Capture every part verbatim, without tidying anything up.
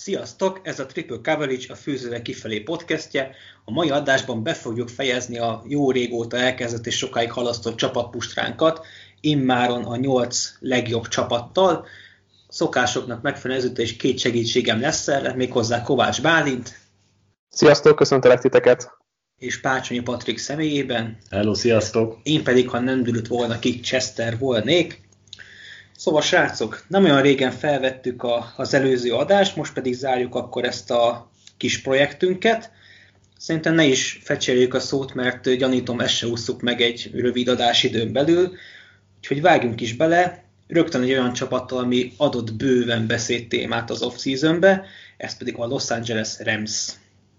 Sziasztok! Ez a Triple Coverage, a Főzővel kifelé podcastje. A mai adásban be fogjuk fejezni a jó régóta elkezdett és sokáig halasztott csapatpustránkat, immáron a nyolc legjobb csapattal. Szokásoknak megfelelően ezúttal is két segítségem lesz el, méghozzá Kovács Bálint. Sziasztok, köszöntelek titeket! És Pácsonyi Patrik személyében. Hello, sziasztok! Én pedig, ha nem dőlött volna ki, Chester volnék. Szóval srácok, nem olyan régen felvettük a, az előző adást, most pedig zárjuk akkor ezt a kis projektünket. Szerintem ne is fecseréljük a szót, mert gyanítom, ezt se ússzuk meg egy rövid adásidőn belül. Úgyhogy vágjunk is bele, rögtön egy olyan csapattal, ami adott bőven beszédtémát az off-seasonbe, ez pedig a Los Angeles Rams,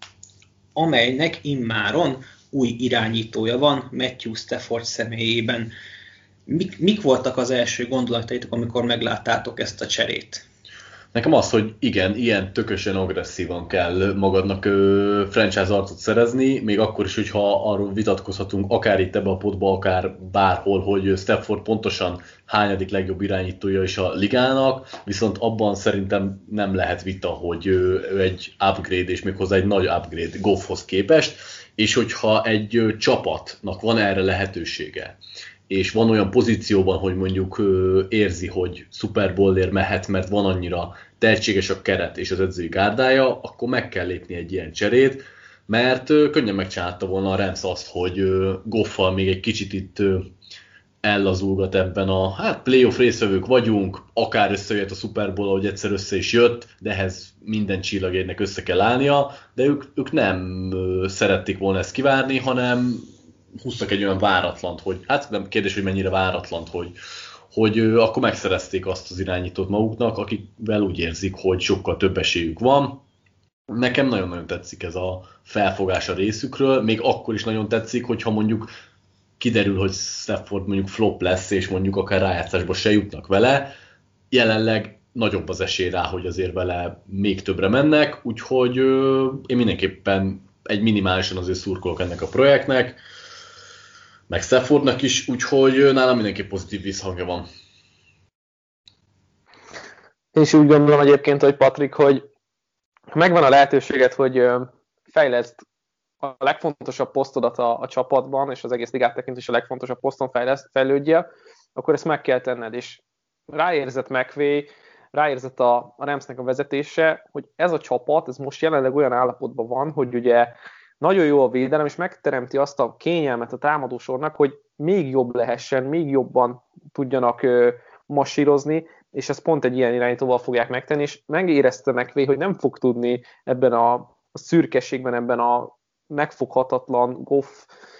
amelynek immáron új irányítója van Matthew Stafford személyében. Mik, mik voltak az első gondolataitok, amikor megláttátok ezt a cserét? Nekem az, hogy igen, ilyen tökösen agresszívan kell magadnak ö, franchise arcot szerezni, még akkor is, hogyha arról vitatkozhatunk, akár itt ebbe a potba, akár bárhol, hogy Stafford pontosan hányadik legjobb irányítója is a ligának, viszont abban szerintem nem lehet vita, hogy ő egy upgrade, és méghozzá egy nagy upgrade Goffhoz képest, és hogyha egy ö, csapatnak van erre lehetősége, és van olyan pozícióban, hogy mondjuk ö, érzi, hogy Super Bowl-ért mehet, mert van annyira tehetséges a keret és az edzői gárdája, akkor meg kell lépni egy ilyen cserét, mert ö, könnyen megcsinálta volna a Rams azt, hogy ö, Goffal még egy kicsit itt ö, ellazulgat ebben a, hát playoff részvevők vagyunk, akár összejött a Super Bowl, ahogy egyszer össze is jött, de ehhez minden csillagérnek össze kell állnia, de ők, ők nem ö, szerették volna ezt kivárni, hanem húztak egy olyan váratlant, hogy hát nem kérdés, hogy mennyire váratlant, hogy, hogy ö, akkor megszerezték azt az irányítót maguknak, akikvel úgy érzik, hogy sokkal több esélyük van. Nekem nagyon-nagyon tetszik ez a felfogás a részükről, még akkor is nagyon tetszik, hogyha mondjuk kiderül, hogy Stafford mondjuk flop lesz, és mondjuk akár rájátszásba se jutnak vele. Jelenleg nagyobb az esély rá, hogy azért vele még többre mennek, úgyhogy ö, én mindenképpen egy minimálisan azért szurkolok ennek a projektnek, meg Staffordnak is, úgyhogy nálam mindenképp pozitív visszhangja van. Én is úgy gondolom egyébként, hogy Patrik, hogy megvan a lehetőséget, hogy fejleszt a legfontosabb posztodat a, a csapatban, és az egész ligát tekint is a legfontosabb poszton fejleszt, fejlődjél, akkor ezt meg kell tenned, és ráérzett McVay, ráérzett a, a Ramsnek a vezetése, hogy ez a csapat, ez most jelenleg olyan állapotban van, hogy ugye nagyon jó a védelem, és megteremti azt a kényelmet a támadósornak, hogy még jobb lehessen, még jobban tudjanak ö, masírozni, és ezt pont egy ilyen irányítóval fogják megtenni, és megérezte McVay, hogy nem fog tudni ebben a, a szürkességben, ebben a megfoghatatlan Goff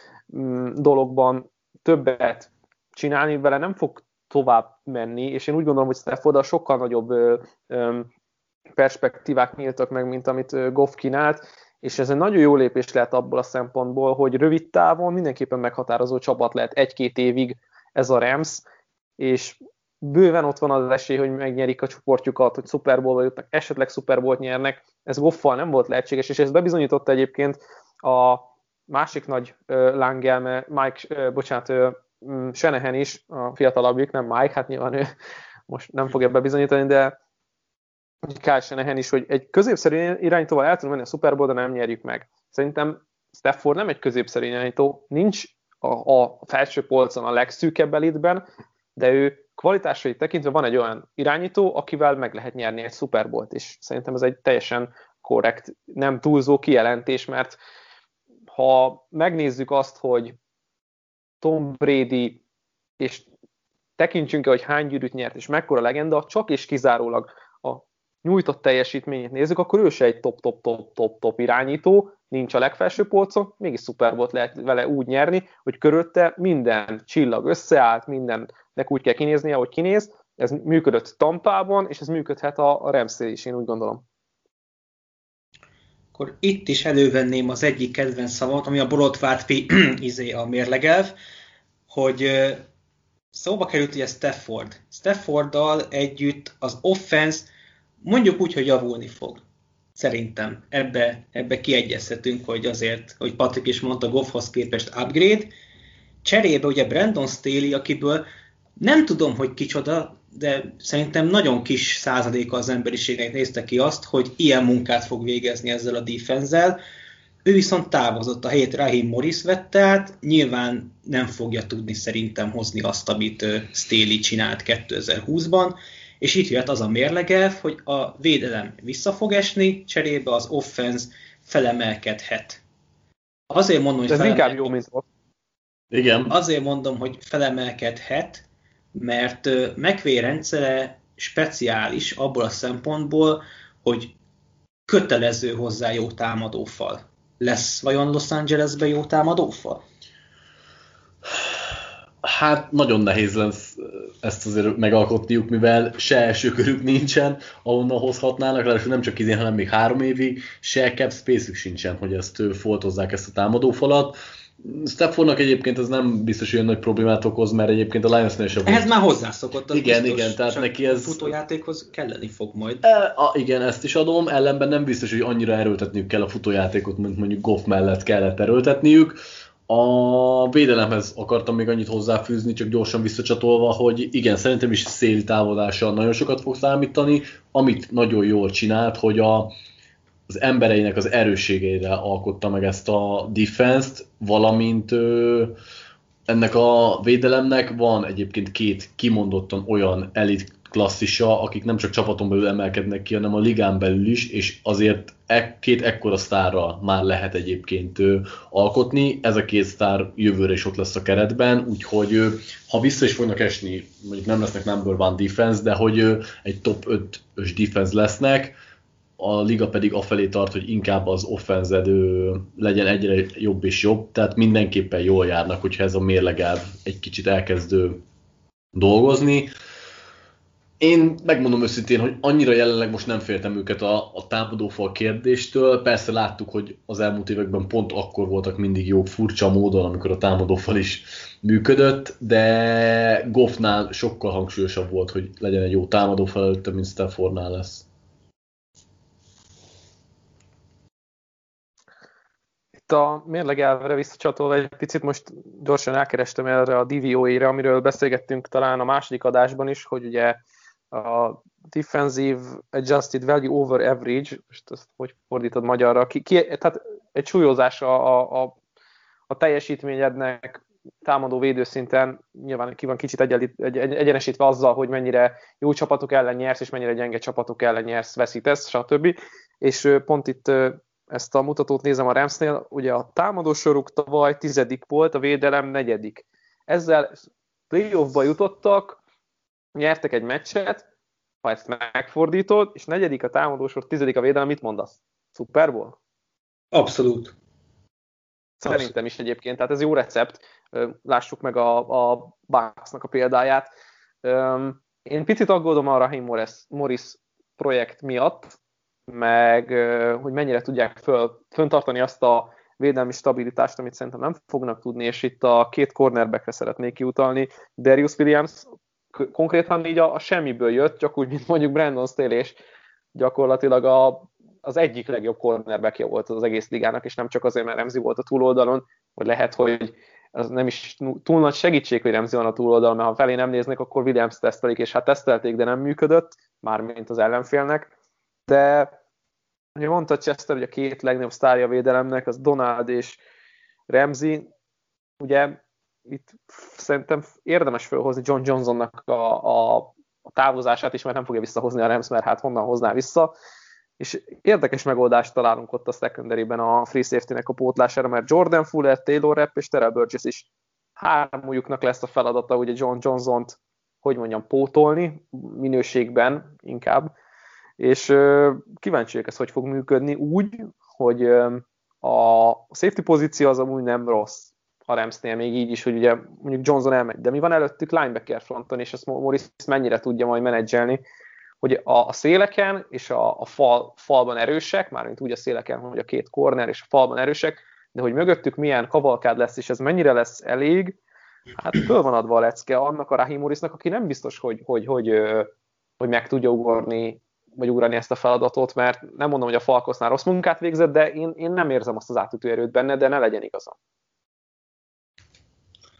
m, dologban többet csinálni, vele nem fog tovább menni, és én úgy gondolom, hogy Stafforddal sokkal nagyobb ö, ö, perspektívák nyíltak meg, mint amit ö, Goff kínált, és ez egy nagyon jó lépés lehet abból a szempontból, hogy rövid távon mindenképpen meghatározó csapat lehet egy-két évig ez a Rams, és bőven ott van az esély, hogy megnyerik a csoportjukat, hogy Super Bowl-ba jutnak, esetleg Super Bowl-t nyernek. Ez Goffal nem volt lehetséges, és ez bebizonyította egyébként a másik nagy uh, lángelme, Mike, uh, bocsánat, uh, Shanahan is, a fiatalabbik, nem Mike, hát nyilván ő most nem fogja bebizonyítani, de Kyle Shanahan is, hogy egy középszerű irányítóval el tudunk menni a Super Bowl, de nem nyerjük meg. Szerintem Stafford nem egy középszerű irányító, nincs a, a felső polcon a legszűkebb elitben, de ő kvalitásait tekintve van egy olyan irányító, akivel meg lehet nyerni egy Super Bowl-t, és szerintem ez egy teljesen korrekt, nem túlzó kijelentés, mert ha megnézzük azt, hogy Tom Brady, és tekintsünk-e, hogy hány gyűrűt nyert, és mekkora legenda, csak és kizárólag a nyújtott teljesítményét nézzük, akkor ő se egy top-top-top-top-top irányító, nincs a legfelső polcon, mégis Super Bowl-t lehet vele úgy nyerni, hogy körülötte minden csillag összeállt, mindennek úgy kell kinéznie, ahogy kinéz. Ez működött Tampában, és ez működhet a, a Ramsnél is, én úgy gondolom. Akkor itt is elővenném az egyik kedvenc szavat, ami a borotvátpi izé a mérlegelv, hogy szóba került ugye Stafford. Stafforddal együtt az offense mondjuk úgy, hogy javulni fog. Szerintem ebbe, ebbe kiegyezhetünk, hogy azért, hogy Patrik is mondta, Goffhoz képest upgrade. Cserébe ugye Brandon Staley, akiből nem tudom, hogy kicsoda, de szerintem nagyon kis százaléka az emberiségnek nézte ki azt, hogy ilyen munkát fog végezni ezzel a defense-zel. Ő viszont távozott, a helyét Raheem Morris vette át, nyilván nem fogja tudni szerintem hozni azt, amit Staley csinált kétezer-húszban, és itt jött az a mérlegelv, hogy a védelem vissza fog esni, cserébe az offense felemelkedhet. Azért mondom, hogy ez felemelkedhet. inkább jó, mint ott. Igen. Azért mondom, hogy felemelkedhet, mert McVay rendszere speciális abból a szempontból, hogy kötelező hozzá jó támadófal. Lesz vajon Los Angelesben jó támadófal? Hát nagyon nehéz lesz ezt azért megalkotniuk, mivel se első körük nincsen, ahonnan hozhatnának, ráadásul nem csak idén, hanem még három évig, se cap space-ük sincsen, hogy ezt foltozzák ezt a támadófalat. Staffordnak egyébként ez nem biztos olyan nagy problémát okoz, mert egyébként a Lionsnél sem Ehhez már hozzászokott, az igen, biztos, igen, tehát neki ez... a futójátékhoz kelleni fog majd. E, a, igen, ezt is adom, ellenben nem biztos, hogy annyira erőltetniük kell a futójátékot, mint mondjuk Goff mellett kellett erőltetniük. A védelemhez akartam még annyit hozzáfűzni, csak gyorsan visszacsatolva, hogy igen, szerintem is Staley távozása nagyon sokat fog számítani, amit nagyon jól csinált, hogy a az embereinek az erősségeire alkotta meg ezt a defense-t, valamint ö, ennek a védelemnek van egyébként két kimondottan olyan elit klasszisa, akik nem csak csapaton belül emelkednek ki, hanem a ligán belül is, és azért e, két ekkora sztárral már lehet egyébként ö, alkotni. Ez a két sztár jövőre is ott lesz a keretben, úgyhogy ö, ha vissza is fognak esni, mondjuk nem lesznek number one defense, de hogy ö, egy top ötös defense lesznek, a liga pedig afelé tart, hogy inkább az offenzed legyen egyre jobb és jobb, tehát mindenképpen jól járnak, hogyha ez a mérlegelv egy kicsit elkezdő dolgozni. Én megmondom őszintén, hogy annyira jelenleg most nem féltem őket a, a támadófal kérdéstől. Persze láttuk, hogy az elmúlt években pont akkor voltak mindig jók furcsa módon, amikor a támadófal is működött, de Goffnál sokkal hangsúlyosabb volt, hogy legyen egy jó támadófal előtte, mint Staffordnál lesz. A mérlegelvre visszacsatolva egy picit most gyorsan elkerestem erre a D V O E-re, amiről beszélgettünk talán a második adásban is, hogy ugye a Defensive Adjusted Value Over Average, most ezt hogy fordítod magyarra, ki, ki, tehát egy súlyozás a, a, a teljesítményednek támadó védőszinten, nyilván ki van kicsit egyenlít, egy, egy, egyenesítve azzal, hogy mennyire jó csapatok ellen nyersz, és mennyire gyenge csapatok ellen nyersz, veszítesz, stb. És pont itt ezt a mutatót nézem a Ramsnél, ugye a támadósoruk tavaly tizedik volt, a védelem negyedik. Ezzel playoffba jutottak, nyertek egy meccset, ha ezt megfordítod, és negyedik a támadósor, tizedik a védelem, mit mondasz? Super Bowl? Abszolút. Szerintem Abszolút. is egyébként, tehát ez jó recept. Lássuk meg a, a Bucksnak a példáját. Én picit aggódom a Raheem Morris, Morris projekt miatt, meg hogy mennyire tudják föl, föntartani azt a védelmi stabilitást, amit szerintem nem fognak tudni, és itt a két cornerbackre szeretnék kiutalni. Darius Williams konkrétan így a, a semmiből jött, csak úgy, mint mondjuk Brandon Staley, és gyakorlatilag a, az egyik legjobb cornerbackja volt az egész ligának, és nem csak azért, mert Ramsey volt a túloldalon, vagy lehet, hogy az nem is túl nagy segítség, hogy Ramsey van a túloldalon, mert ha felé nem néznek, akkor Williams tesztelik, és hát tesztelték, de nem működött, mármint az ellenfélnek. De ugye mondta Chester, hogy a két legnagyobb sztárja a védelemnek, az Donald és Ramsey. Ugye itt szerintem érdemes felhozni John Johnsonnak a, a, a távozását is, mert nem fogja visszahozni a Rams, mert hát honnan hozná vissza. És érdekes megoldást találunk ott a secondary-ben a free safety-nek a pótlására, mert Jordan Fuller, Taylor Rapp és Terrell Burgess is hármójuknak lesz a feladata, ugye John Johnson-t, hogy mondjam, pótolni, minőségben inkább. És uh, kíváncsi vagyok, ez hogy fog működni úgy, hogy uh, a safety pozíció az amúgy nem rossz a Ramsnél, még így is, hogy ugye mondjuk Johnson elmegy, de mi van előttük linebacker fronton, és ezt Morris mennyire tudja majd menedzselni, hogy a, a széleken és a, a fal, falban erősek, mármint úgy a széleken, hogy a két corner és a falban erősek, de hogy mögöttük milyen kavalkád lesz, és ez mennyire lesz elég, hát föl van adva a lecke annak a Raheem Morrisnak, aki nem biztos, hogy, hogy, hogy, hogy, hogy meg tudja ugorni vagy ugrani ezt a feladatot, mert nem mondom, hogy a Falconsnál rossz munkát végzett, de én, én nem érzem azt az átütő erőt benne, de ne legyen igazam.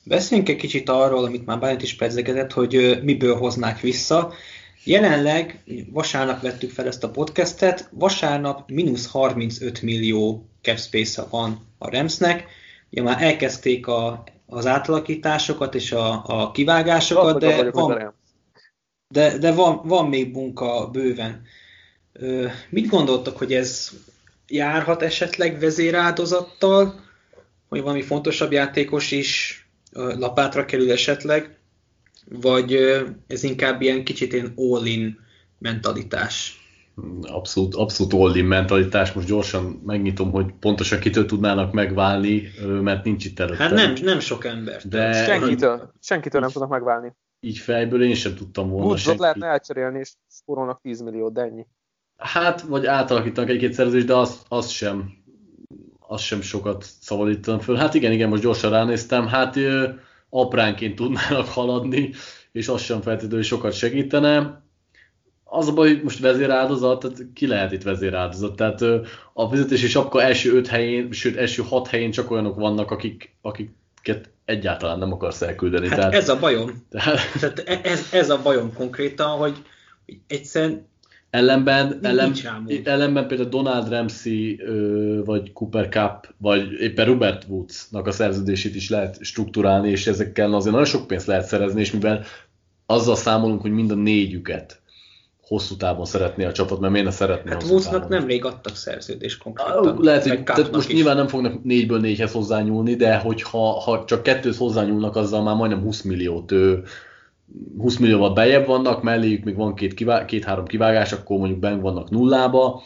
Beszéljünk egy kicsit arról, amit már Bálint is pedzegetett, hogy miből hoznák vissza. Jelenleg vasárnap vettük fel ezt a podcastet, vasárnap mínusz harmincöt millió cap space van a Ramsnek. Ugye már elkezdték a, az átalakításokat és a, a kivágásokat, de, van, de, de van, van még munka bőven. Mit gondoltok, hogy ez járhat esetleg vezéráldozattal, hogy valami fontosabb játékos is lapátra kerül esetleg, vagy ez inkább ilyen kicsit ilyen all-in mentalitás? Abszolút, abszolút all-in mentalitás. Most gyorsan megnyitom, hogy pontosan kitől tudnának megválni, mert nincs itt előtte. Hát nem, nem sok ember. De senkitől, senkitől nem tudnak megválni. Így fejből én sem tudtam volna. Woodsot lehetne elcserélni, és spórolnak tíz milliót, de ennyi. Hát, vagy átalakítanak egy-két szerződést, de az, az sem az sem sokat szabadítanak föl. Hát igen, igen, most gyorsan ránéztem, hát ö, apránként tudnának haladni, és az sem feltétlenül sokat segítene. Az a baj, hogy most vezéráldozat, tehát ki lehet itt vezéráldozat? Tehát ö, a fizetési sapka első öt helyén, sőt első hat helyén csak olyanok vannak, akik, akiket egyáltalán nem akarsz elküldeni. Hát tehát, ez a bajom. Tehát, tehát ez, ez a bajom konkrétan, hogy egyszerűen Ellenben, ellen, ellenben például Donald Ramsey ö, vagy Cooper Kupp, vagy éppen Robert Woodsnak a szerződését is lehet strukturálni, és ezekkel azért nagyon sok pénzt lehet szerezni, és mivel azzal számolunk, hogy mind a négyüket hosszú távon szeretné a csapat, mert miért ne szeretné hát hosszú Woodsnak távon. nemrég adtak szerződést konkrétan. Lehet, hogy tehát most is. Nyilván nem fognak négyből négyhez hozzányúlni, de hogyha ha csak kettőt hozzányúlnak, azzal már majdnem húsz milliót ő, húsz millióval bejebb vannak, melléjük még van két, kivá- két-három kivágás, akkor mondjuk benn vannak nullába.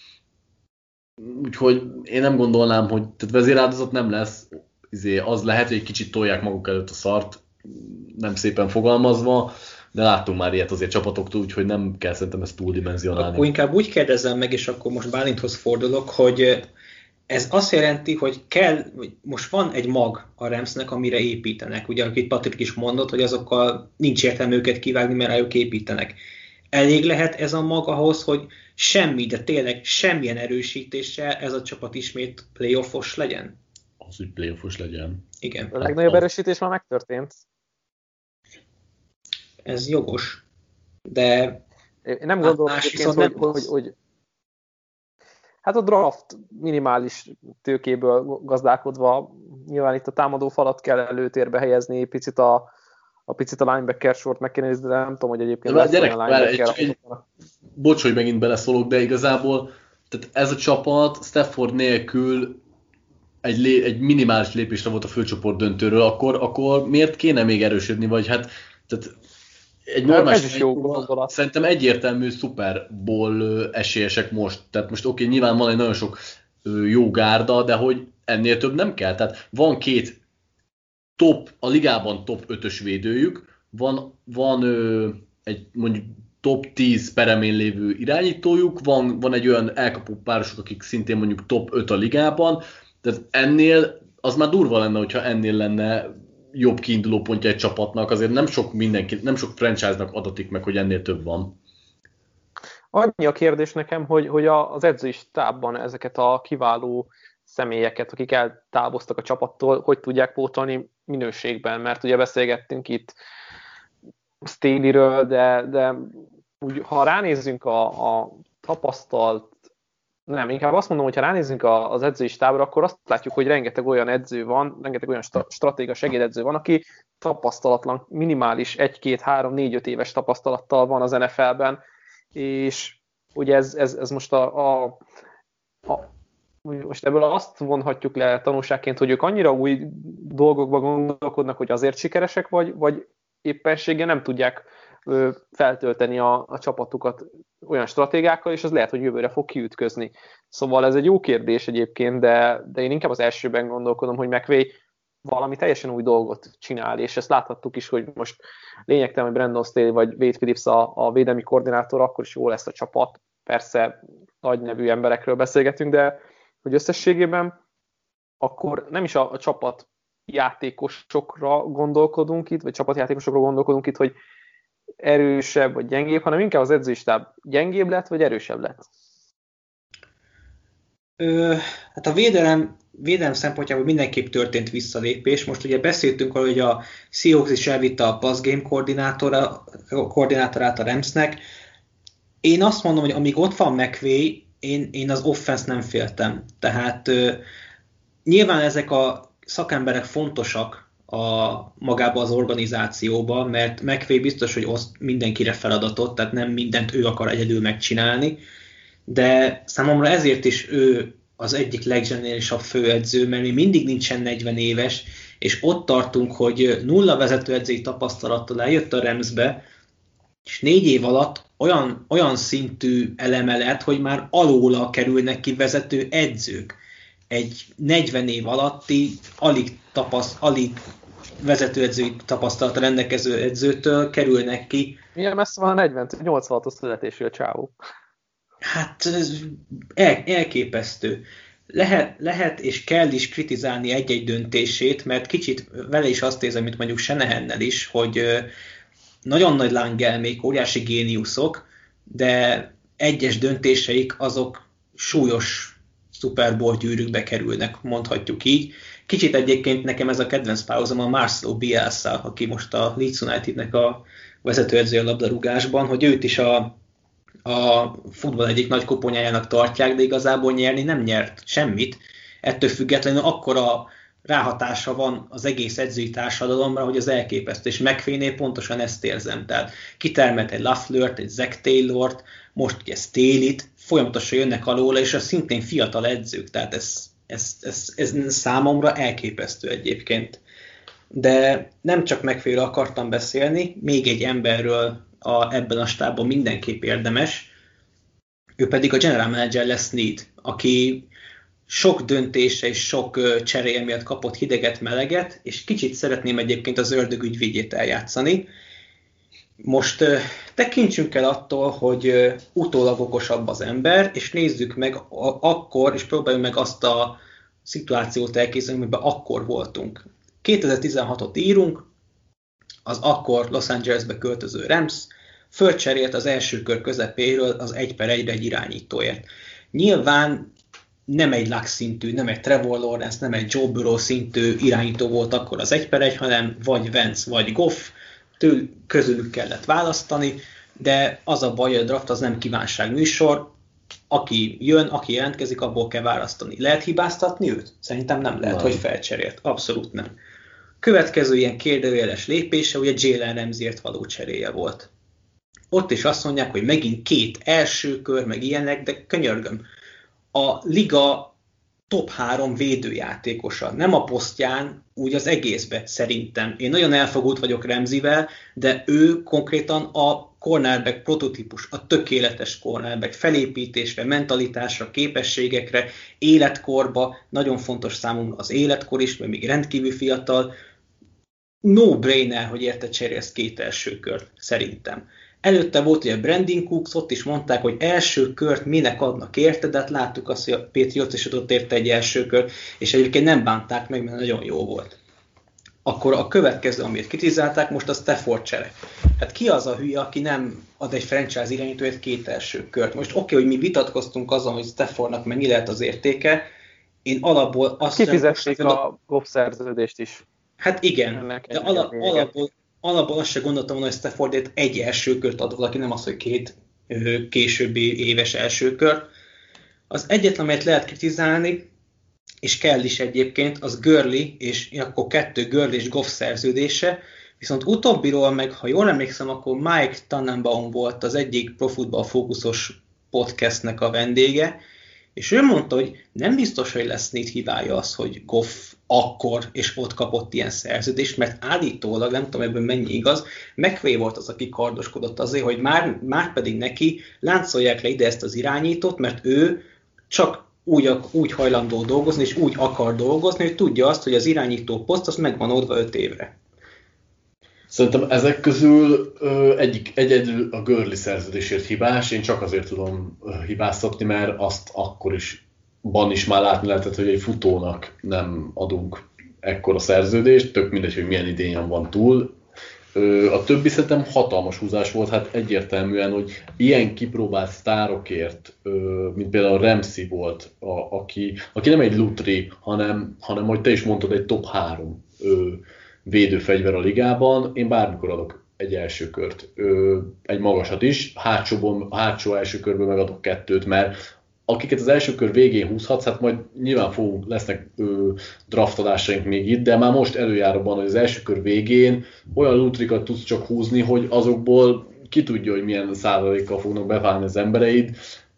Úgyhogy én nem gondolnám, hogy tehát vezéráldozat nem lesz, az lehet, hogy egy kicsit tolják maguk előtt a szart, nem szépen fogalmazva, de láttunk már ilyet azért csapatoktól, úgyhogy nem kell szerintem ezt túldimenzionálni. Akkor inkább úgy kérdezem meg, és akkor most Bálinthoz fordulok, hogy ez azt jelenti, hogy kell, hogy most van egy mag a Ramsnek, amire építenek. Ugye, akit Patrik is mondott, hogy azokkal nincs értelme őket kivágni, mert rájuk építenek. Elég lehet ez a mag ahhoz, hogy semmi, de tényleg semmilyen erősítéssel ez a csapat ismét playoffos legyen? Az, hogy playoffos legyen. Igen. A legnagyobb erősítés már megtörtént. Ez jogos, de én nem gondolom, hogy, nem hogy, hogy, hogy hát a draft minimális tőkéből gazdálkodva, nyilván itt a támadó falat kell előtérbe helyezni, picit a, a picit a linebacker sort meg kéne nézni, de nem tudom, hogy egyébként de lesz gyerek, olyan linebacker. Egy, bocs, hogy megint beleszólok, de igazából tehát ez a csapat Stafford nélkül egy, lé, egy minimális lépésre volt a főcsoport döntőről, akkor, akkor miért kéne még erősödni, vagy hát tehát egy normális jó, szerintem egyértelmű Super Bowl esélyesek most. Tehát most oké, okay, nyilván van egy nagyon sok jó gárda, de hogy ennél több nem kell. Tehát van két top, a ligában top ötös védőjük, van, van ö, egy mondjuk top tíz peremén lévő irányítójuk, van, van egy olyan elkapó párosok, akik szintén mondjuk top öt a ligában, tehát ennél, az már durva lenne, hogyha ennél lenne jobb kiinduló pontja egy csapatnak, azért nem sok mindenki, nem sok franchise-nak adatik meg, hogy ennél több van. Annyi a kérdés nekem, hogy, hogy az edzői stábban ezeket a kiváló személyeket, akik eltávoztak a csapattól, hogy tudják pótolni minőségben, mert ugye beszélgettünk itt Staleyről, de, de úgy, ha ránézzünk a, a tapasztalt, nem, inkább azt mondom, hogy ha ránézzünk az edzői stábra, akkor azt látjuk, hogy rengeteg olyan edző van, rengeteg olyan stratéga segédedző van, aki tapasztalatlan, minimális egy-két-három-négy-öt éves tapasztalattal van az en ef el-ben, és ugye ez, ez, ez most a, a, a most ebből azt vonhatjuk le tanulságként, hogy ők annyira új dolgokba gondolkodnak, hogy azért sikeresek, vagy, vagy éppenséggel nem tudják ö, feltölteni a, a csapatukat olyan stratégákkal, és az lehet, hogy jövőre fog kiütközni. Szóval ez egy jó kérdés egyébként, de, de én inkább az elsőben gondolkodom, hogy McVay valami teljesen új dolgot csinál, és ezt láthattuk is, hogy most lényegtelen, hogy Brandon Staley vagy Wade Phillips a, a védelmi koordinátor, akkor is jó lesz a csapat. Persze nagy nevű emberekről beszélgetünk, de hogy összességében akkor nem is a, a csapat játékosokra gondolkodunk itt, vagy csapatjátékosokra gondolkodunk itt, hogy erősebb vagy gyengébb, hanem inkább az edzői stáb gyengébb lett, vagy erősebb lett? Ö, hát a védelem védelem szempontjából mindenképp történt visszalépés. Most ugye beszéltünk arról, hogy a Seahawks is elvitte a pass game koordinátorát a Ramsnek. Én azt mondom, hogy amíg ott van McVay, én, én az offense nem féltem. Tehát uh, nyilván ezek a szakemberek fontosak a, magába az organizációba, mert McVay biztos, hogy oszt mindenkire feladatot, tehát nem mindent ő akar egyedül megcsinálni, de számomra ezért is ő az egyik legzseniálisabb főedző, mert még mindig nincsen negyven éves, és ott tartunk, hogy nulla vezetőedzői tapasztalattal eljött a Ramsbe, és négy év alatt olyan, olyan szintű eleme lett, hogy már alóla kerülnek ki vezető edzők. Egy negyven év alatti, alig, tapaszt, alig vezetőedzői tapasztalata rendelkező edzőtől kerülnek ki. Milyen messze van a negyven, nyolcvanhatos születésű a csávó. Hát ez el, elképesztő. Lehet, lehet és kell is kritizálni egy-egy döntését, mert kicsit vele is azt érzem, mint mondjuk Shanahannel is, hogy nagyon nagy lángelmék, óriási géniuszok, de egyes döntéseik azok súlyos Super Bowl gyűrűkbe kerülnek, mondhatjuk így. Kicsit egyébként nekem ez a kedvenc párhuzam a Marcelo Bielsa, aki most a Leeds Unitednek a vezetőedzője a labdarúgásban, hogy őt is a a futball egyik nagy koponyájának tartják, de igazából nyerni nem nyert semmit. Ettől függetlenül akkora ráhatása van az egész edzői társadalomra, hogy az elképesztő. És McVaynél pontosan ezt érzem. Tehát kitermelt egy Lafleur-t, egy Zach Taylort, most ugye Staley-t, folyamatosan jönnek alóla, és az szintén fiatal edzők. Tehát ez, ez, ez, ez számomra elképesztő egyébként. De nem csak McVayről akartam beszélni, még egy emberről A, ebben a stábban mindenképp érdemes, ő pedig a general manager Les Snead, aki sok döntése és sok cseréje miatt kapott hideget, meleget, és kicsit szeretném egyébként az ördög ügyvédjét eljátszani. Most tekintsünk el attól, hogy utólag okosabb az ember, és nézzük meg akkor, és próbáljuk meg azt a szituációt elképzelni, amiben akkor voltunk. kétezer-tizenhatot írunk, az akkor Los Angelesbe költöző Rams fölcserélt az első kör közepéről az egy per egyre egy irányítóért. Nyilván nem egy Luck szintű, nem egy Trevor Lawrence, nem egy Joe Burrow szintű irányító volt akkor az egy per egy, hanem vagy Wentz, vagy Goff, től közülük kellett választani, de az a baj, hogy a draft az nem kívánságműsor, aki jön, aki jelentkezik, abból kell választani. Lehet hibáztatni őt? Szerintem nem lehet, nem. Hogy felcserélt. Abszolút nem. Következő ilyen kérdőjeles lépése ugye Jalen Ramseyért való cseréje volt. Ott is azt mondják, hogy megint két első kör, meg ilyenek, de könyörgöm. A liga top három védőjátékosa, nem a posztján, úgy az egészbe szerintem. Én nagyon elfogult vagyok Ramseyvel, de ő konkrétan a cornerback prototípus, a tökéletes cornerback felépítésre, mentalitásra, képességekre, életkorba, nagyon fontos számomra az életkor is, mert még rendkívül fiatal, no-brainer, hogy érte cserélsz két első kört, szerintem. Előtte volt ugye Brandon Cooks, ott is mondták, hogy első kört minek adnak érte, de hát láttuk azt, hogy a Patriots is adott érte egy első kört, és egyébként nem bánták meg, mert nagyon jó volt. Akkor a következő, amit kritizálták, most a Stafford csere. Hát ki az a hülye, aki nem ad egy franchise irányítóért két első kört? Most oké, okay, hogy mi vitatkoztunk azon, hogy Staffordnak mennyi lehet az értéke, én alapból azt kifizették sem... a Goff szerződést is. Hát igen, de ala, alapból, alapból azt sem gondoltam volna, hogy Staffordért egy első kört ad valaki, nem az, hogy két ö, későbbi éves első kört. Az egyetlen, amelyet lehet kritizálni, és kell is egyébként, az Gurley, és akkor kettő Gurley és Goff szerződése, viszont utóbbiról meg, ha jól emlékszem, akkor Mike Tannenbaum volt az egyik Pro Football fókuszos podcastnek a vendége, és ő mondta, hogy nem biztos, hogy lesz Snead hibája az, hogy Goff akkor és ott kapott ilyen szerződést, mert állítólag, nem tudom ebből mennyi igaz, McVay volt az, aki kardoskodott azért, hogy már, már pedig neki láncolják le ide ezt az irányítót, mert ő csak úgy, úgy hajlandó dolgozni, és úgy akar dolgozni, hogy tudja azt, hogy az irányító poszt az megvan oldva öt évre. Szerintem ezek közül ö, egyik, egyedül a Gurley szerződésért hibás, én csak azért tudom hibáztatni, mert azt akkor is, ban is már látni lehetett, hogy egy futónak nem adunk ekkora szerződést, tök mindegy, hogy milyen idényen van túl. A többi szerintem hatalmas húzás volt, hát egyértelműen, hogy ilyen kipróbált sztárokért, mint például Ramsey volt, a, aki, aki nem egy lutri, hanem, hanem, hogy te is mondtad, egy top három védőfegyver a ligában. Én bármikor adok egy első kört, egy magasat is, hátsóban, hátsó első körből megadok kettőt, mert akiket az első kör végén húzhatsz, hát majd nyilván fogunk, lesznek ö, draftadásaink még itt, de már most előjár abban, hogy az első kör végén olyan lutrikat tudsz csak húzni, hogy azokból ki tudja, hogy milyen százalékkal fognak beválni az embereid,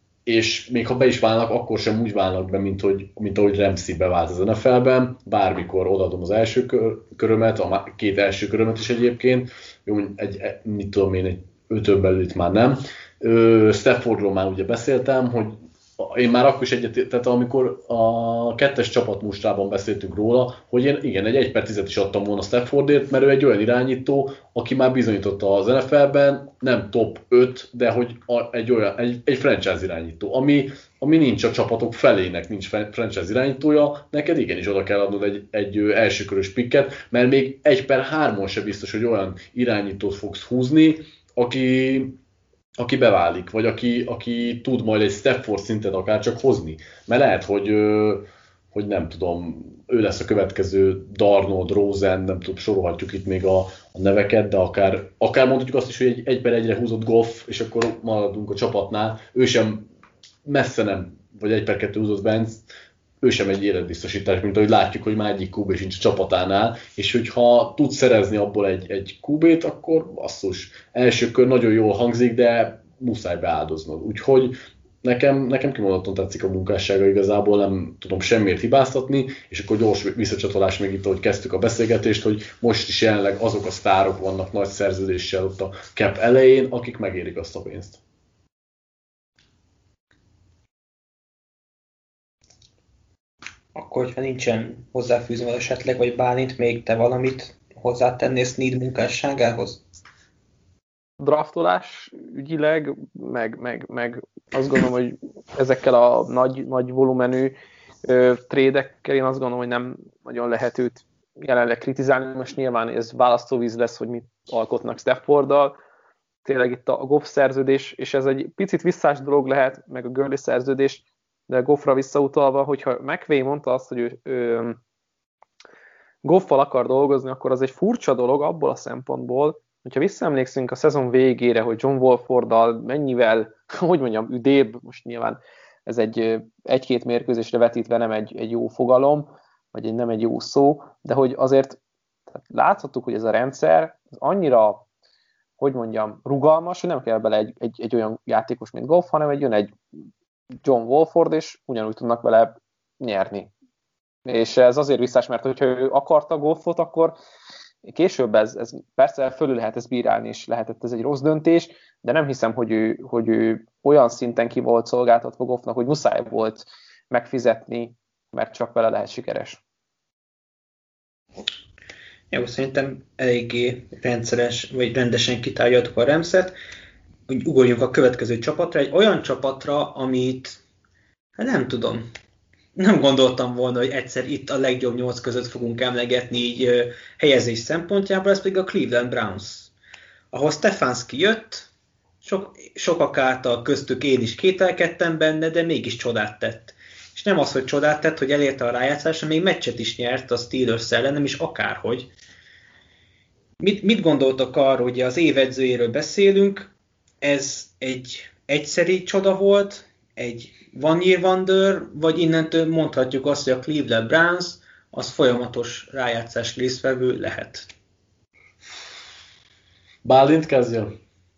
és még ha be is válnak, akkor sem úgy válnak be, mint, hogy, mint ahogy Ramsey bevált az en ef el-ben. Bármikor odaadom az első kör, körömet, a két első körömet is egyébként, jó, egy, mit tudom én, egy ötön belül itt már nem. Ö, Staffordról már ugye beszéltem, hogy én már akkor is egyet, tehát amikor a kettes csapat mustában beszéltünk róla, hogy én igen, egy egy per tízet is adtam volna Staffordért, mert ő egy olyan irányító, aki már bizonyította az en ef el-ben, nem top öt, de hogy a, egy olyan, egy, egy franchise irányító, ami, ami nincs a csapatok felének, nincs franchise irányítója, neked igenis oda kell adnod egy, egy elsőkörös pikket, mert még egy per hármon se biztos, hogy olyan irányítót fogsz húzni, aki aki beválik, vagy aki, aki tud majd egy Stafford szintet akár csak hozni. Mert lehet, hogy, hogy nem tudom, ő lesz a következő Darnold, Rosen, nem tudom, sorolhatjuk itt még a, a neveket, de akár, akár mondhatjuk azt is, hogy egy, egy per egyre húzott Goff, és akkor maradunk a csapatnál, ő sem messze nem, vagy egy per kettő húzott Benz, ő sem egy életbiztosítás, mint ahogy látjuk, hogy már egyik kú bé sincs a csapatánál, és hogyha tudsz szerezni abból egy, egy kú bét, akkor basszus, első kör nagyon jól hangzik, de muszáj beáldoznod. Úgyhogy nekem, nekem kimondottan tetszik a munkássága, igazából nem tudom semmiért hibáztatni, és akkor gyors visszacsatolás még itt, ahogy kezdtük a beszélgetést, hogy most is jelenleg azok a sztárok vannak nagy szerződéssel ott a cap elején, akik megérik azt a pénzt. Akkor, hogyha nincsen hozzáfűzve esetleg, vagy Bálint, még te valamit hozzátennél Snead munkásságához? Draftolás ügyileg, meg, meg, meg azt gondolom, hogy ezekkel a nagy, nagy volumenű ö, trédekkel én azt gondolom, hogy nem nagyon lehet őt jelenleg kritizálni. Most nyilván ez választóvíz lesz, hogy mit alkotnak Stafforddal. Tényleg itt a Goff szerződés, és ez egy picit visszás dolog lehet, meg a Gurley szerződés, de Goffra visszautalva, hogyha McVay mondta azt, hogy ő, ő Goffal akar dolgozni, akkor az egy furcsa dolog abból a szempontból, hogyha visszaemlékszünk a szezon végére, hogy John Wolforddal mennyivel, hogy mondjam, üdébb, most nyilván ez egy egy-két mérkőzésre vetítve nem egy, egy jó fogalom, vagy egy, nem egy jó szó, de hogy azért tehát láthattuk, hogy ez a rendszer az annyira, hogy mondjam, rugalmas, hogy nem kell bele egy, egy, egy olyan játékos, mint Goff, hanem egy jön egy John Wolford, és ugyanúgy tudnak vele nyerni. És ez azért visszás, mert hogyha ő akarta Goffot, akkor később ez, ez persze fölül lehet ezt bírálni, és lehetett ez egy rossz döntés, de nem hiszem, hogy ő, hogy ő olyan szinten ki volt szolgáltatva Goffnak, hogy muszáj volt megfizetni, mert csak vele lehet sikeres. Jó, szerintem eléggé rendszeres, vagy rendesen kitárgyaltuk a Ramset. Úgy ugorjunk a következő csapatra, egy olyan csapatra, amit hát nem tudom, nem gondoltam volna, hogy egyszer itt a legjobb nyolc között fogunk emlegetni így ö, helyezés szempontjából, ez pedig a Cleveland Browns, ahol Stefanski jött, sok, sokak által köztük én is kételkedtem benne, de mégis csodát tett. És nem az, hogy csodát tett, hogy elérte a rájátszásra, még meccset is nyert a Steelers ellen, nem is akárhogy. Mit, mit gondoltak arról, hogy az év edzőjéről beszélünk, ez egy egyszeri csoda volt, egy one year wonder, vagy innentől mondhatjuk azt, hogy a Cleveland Browns az folyamatos rájátszás résztvevő lehet. Bálint kezdjön.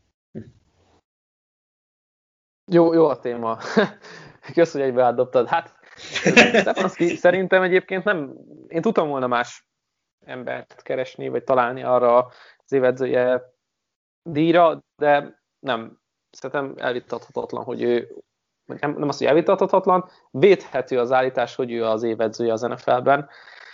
Jó, jó a téma. Kösz, hogy egybe átdobtad. Hát, Stefanski szerintem egyébként nem... Én tudtam volna más embert keresni, vagy találni arra az évedzője díjra, de nem. Szerintem elvitathatatlan, hogy ő... Nem, nem az, hogy elvitathatatlan, védhető az állítás, hogy ő az évedzője az en ef el-ben.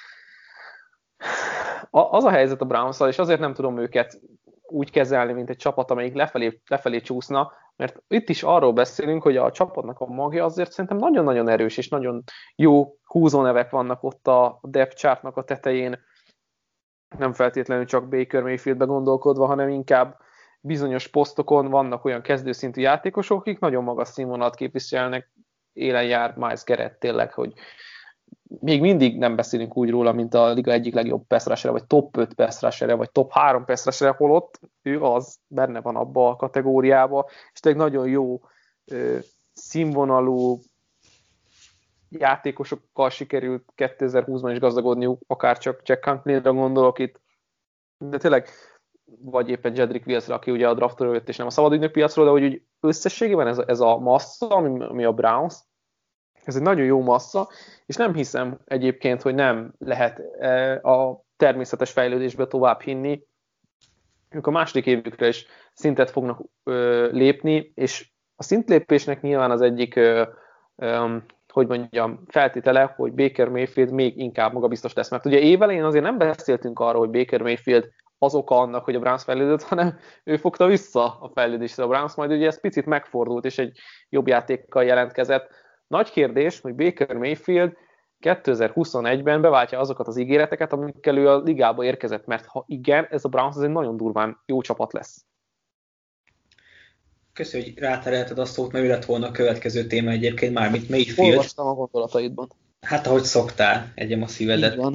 Az a helyzet a Brownsszal, és azért nem tudom őket úgy kezelni, mint egy csapat, amelyik lefelé, lefelé csúszna, mert itt is arról beszélünk, hogy a csapatnak a magja azért szerintem nagyon-nagyon erős, és nagyon jó húzónevek vannak ott a depth chartnak a tetején. nem feltétlenül csak Baker Mayfieldbe gondolkodva, hanem inkább bizonyos posztokon vannak olyan kezdőszintű játékosok, akik nagyon magas színvonalat képviselnek, élen jár Myles Garrett tényleg, hogy még mindig nem beszélünk úgy róla, mint a liga egyik legjobb pass rushere, vagy top öt pass rushere, vagy top három pass rushere, holott ő az, benne van abba a kategóriába, és tényleg nagyon jó ö, színvonalú játékosokkal sikerült kétezer-húszban is gazdagodniuk, akár csak Jack Conklin-ra gondolok itt, de tényleg, vagy éppen Jedrick Willsre, aki ugye a draftról jött, és nem a szabadügynök piacról, de hogy úgy összességében ez, ez a massza, ami, ami a Browns, ez egy nagyon jó massza, és nem hiszem egyébként, hogy nem lehet a természetes fejlődésbe tovább hinni. Ők a második évükre is szintet fognak lépni, és a szintlépésnek nyilván az egyik, hogy mondjam, feltétele, hogy Baker Mayfield még inkább magabiztos lesz. Mert ugye évelején azért nem beszéltünk arról, hogy Baker Mayfield az oka annak, hogy a Browns fejlődött, hanem ő fogta vissza a fejlődésre a Browns, majd ugye ez picit megfordult, és egy jobb játékkal jelentkezett. Nagy kérdés, hogy Baker Mayfield kétezer-huszonegyben beváltja azokat az ígéreteket, amikkel ő a ligába érkezett, mert ha igen, ez a Browns ez egy nagyon durván jó csapat lesz. Köszönöm, hogy ráterelted a szót, mert ő lett volna a következő téma egyébként, mármint Mayfield. Olvastam a gondolataidban. Hát ahogy szoktál, egyem a szívedet. Így van.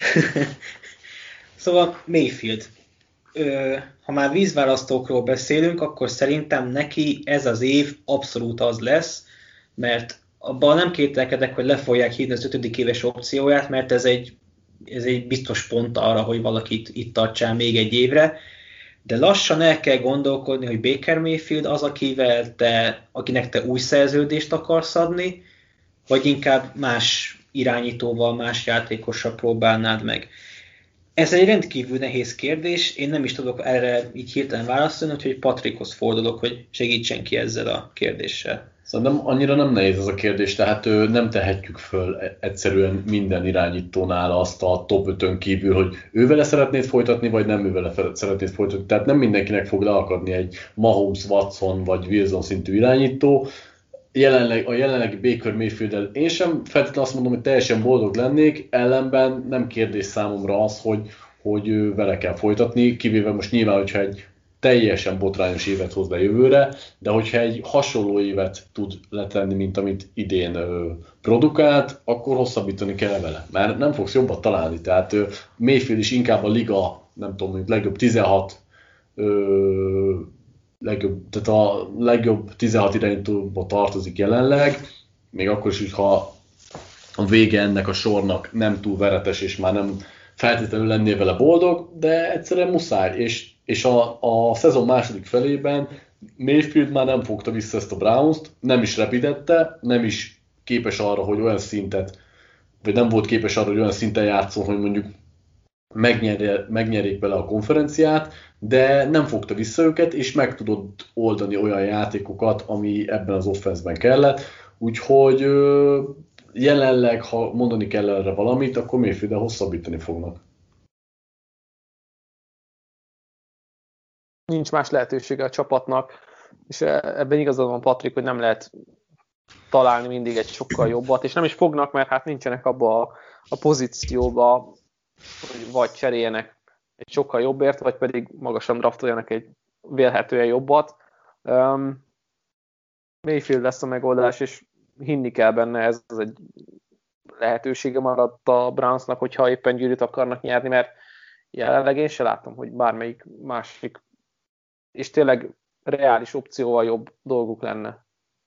Szóval Mayfield. Ö, ha már vízválasztókról beszélünk, akkor szerintem neki ez az év abszolút az lesz, mert abban nem kételkedek, hogy le fogják hívni az ötödik éves opcióját, mert ez egy, ez egy biztos pont arra, hogy valakit itt tartsál még egy évre, de lassan el kell gondolkodni, hogy Baker Mayfield az, akivel te, akinek te új szerződést akarsz adni, vagy inkább más irányítóval, más játékossal próbálnád meg. Ez egy rendkívül nehéz kérdés, én nem is tudok erre így hirtelen válaszolni, úgyhogy Patrickhoz fordulok, hogy segítsen ki ezzel a kérdéssel. Szerintem annyira nem nehéz ez a kérdés, tehát ő, nem tehetjük föl egyszerűen minden irányítónál azt a top ötön kívül, hogy ővele szeretnéd folytatni, vagy nem ővele szeretnéd folytatni. Tehát nem mindenkinek fog leakadni egy Mahomes, Watson vagy Wilson szintű irányító. Jelenleg, a jelenlegi Baker Mayfield-el én sem feltétlenül azt mondom, hogy teljesen boldog lennék, ellenben nem kérdés számomra az, hogy, hogy vele kell folytatni, kivéve most nyilván, hogyha egy teljesen botrányos évet hoz be jövőre, de hogyha egy hasonló évet tud letenni, mint amit idén ö, produkált, akkor hosszabbítani kell vele, mert nem fogsz jobbat találni. Tehát ö, Mayfield is inkább a liga, nem tudom, mint legjobb tizenhat ö, legjobb, tehát a legjobb tizenhat irányítóba tartozik jelenleg, még akkor is, hogyha a vége ennek a sornak nem túl veretes, és már nem feltétlenül lennél vele boldog, de egyszerűen muszáj, és, és a, a szezon második felében Mayfield már nem fogta vissza ezt a Browns-t, nem is repítette, nem is képes arra, hogy olyan szintet, vagy nem volt képes arra, hogy olyan szinten játszon, hogy mondjuk megnyerjék vele a konferenciát, de nem fogta vissza őket, és meg tudott oldani olyan játékokat, ami ebben az offenszben kellett. Úgyhogy jelenleg, ha mondani kell erre valamit, akkor Mayfield-el hosszabbítani fognak. Nincs más lehetősége a csapatnak, és ebben igazad van Patrik, hogy nem lehet találni mindig egy sokkal jobbat, és nem is fognak, mert hát nincsenek abba a, a pozícióba, hogy vagy cseréljenek egy sokkal jobbért, vagy pedig magasan draftoljanak egy vélhetően jobbat. Um, Mayfield lesz a megoldás, és hinni kell benne, ez egy lehetősége maradt a Brownsnak, hogyha éppen gyűrűt akarnak nyerni, mert jelenleg én se látom, hogy bármelyik másik, és tényleg reális opcióval jobb dolguk lenne.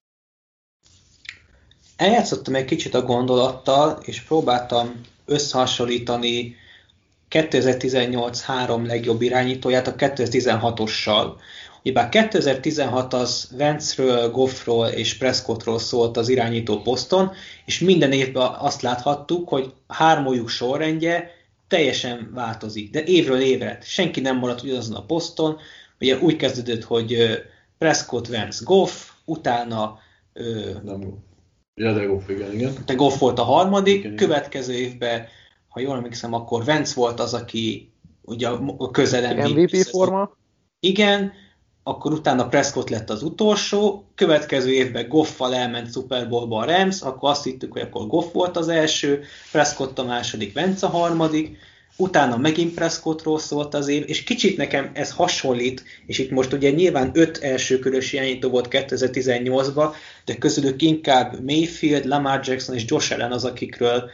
Eljátszottam egy kicsit a gondolattal, és próbáltam összehasonlítani kétezer-tizennyolc három legjobb irányítóját a kétezer-tizenhatossal. Ugyebár kétezer-tizenhat az Wentzről, Goffról és Prescottról szólt az irányító poszton, és minden évben azt láthattuk, hogy hármójuk sorrendje teljesen változik, de évről évre senki nem maradt ugyanazon a poszton. Ugye úgy kezdődött, hogy Prescott, Wentz, Goff, utána nem. Ja, de Goff, igen, igen. De Goff volt a harmadik, igen, következő évben, ha jól emlékszem, akkor Wentz volt az, aki ugye a közel em vé pé forma. Igen, akkor utána Prescott lett az utolsó, következő évben Goffal elment Super Bowlba a Rams, akkor azt hittük, hogy akkor Goff volt az első, Prescott a második, Wentz a harmadik, utána megint Prescottról szólt az év, és kicsit nekem ez hasonlít, és itt most ugye nyilván öt elsőkörös irányító volt kétezer-tizennyolcban, de közülük inkább Mayfield, Lamar Jackson és Josh Allen az, akikről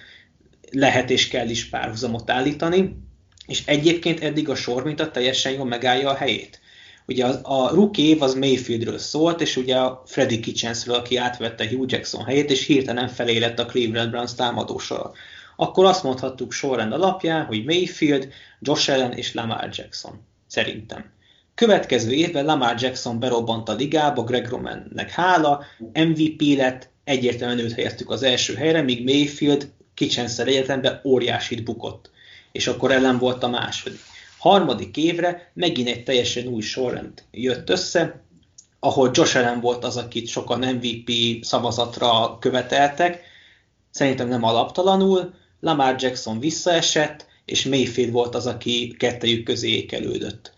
lehet és kell is párhuzamot állítani, és egyébként eddig a sor minta teljesen jól megállja a helyét. Ugye a, a rookie év az Mayfieldről szólt, és ugye a Freddie Kitchensről, aki átvette Hugh Jackson helyét, és hirtelen felé lett a Cleveland Browns támadósora. Akkor azt mondhattuk sorrend alapján, hogy Mayfield, Josh Allen és Lamar Jackson. Szerintem. Következő évben Lamar Jackson berobbant a ligába, Greg Romannek hála, em vé pé lett, egyértelműen őt helyeztük az első helyre, míg Mayfield Kitchens-szel egyetemben óriásit bukott. És akkor Allen volt a második. Harmadik évre megint egy teljesen új sorrend jött össze, ahol Josh Allen volt az, akit sokan em vé pé szavazatra követeltek, szerintem nem alaptalanul, Lamar Jackson visszaesett, és Mayfield volt az, aki kettejük közé ékelődött.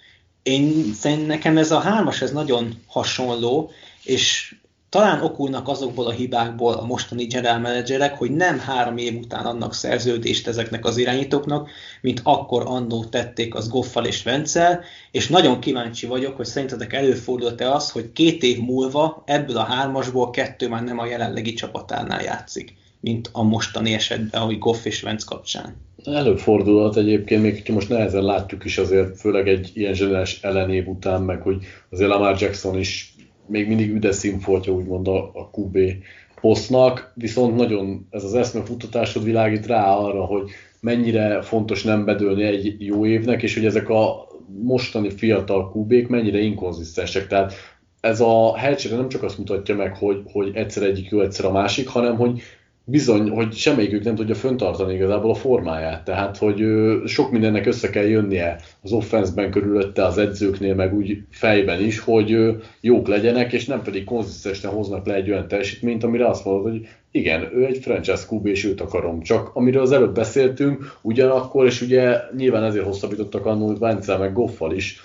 Én szerintem nekem ez a hármas, ez nagyon hasonló, és talán okulnak azokból a hibákból a mostani general managerek, hogy nem három év után adnak szerződést ezeknek az irányítóknak, mint akkor annó tették az Goffal és Wentzzel, és nagyon kíváncsi vagyok, hogy szerintetek előfordult-e az, hogy két év múlva ebből a hármasból kettő már nem a jelenlegi csapatánál játszik, mint a mostani esetben, ahogy Goff és Wentz kapcsán. Előfordulhat egyébként, még most nehezen látjuk is azért, főleg egy ilyen zseneres ellenév után, meg hogy azért Lamar Jackson is még mindig üde színfoltja úgymond a, a kú bé posztnak, viszont nagyon ez az eszmefutatásod világít rá arra, hogy mennyire fontos nem bedőlni egy jó évnek, és hogy ezek a mostani fiatal kú bék mennyire inkonzisztensek. Tehát ez a helycsere nem csak azt mutatja meg, hogy, hogy egyszer egyik jó, egyszer a másik, hanem hogy bizony, hogy semmelyikük nem tudja föntartani igazából a formáját. Tehát, hogy ö, sok mindennek össze kell jönnie az offenszben körülötte, az edzőknél, meg úgy fejben is, hogy ö, jók legyenek, és nem pedig konzisztensen hoznak le egy olyan teljesítményt, amire azt mondod, hogy igen, ő egy franchise kú bé, és őt akarom. Csak amiről az előbb beszéltünk, ugyanakkor, és ugye nyilván ezért hosszabbítottak annól Wentzzel meg Goffal is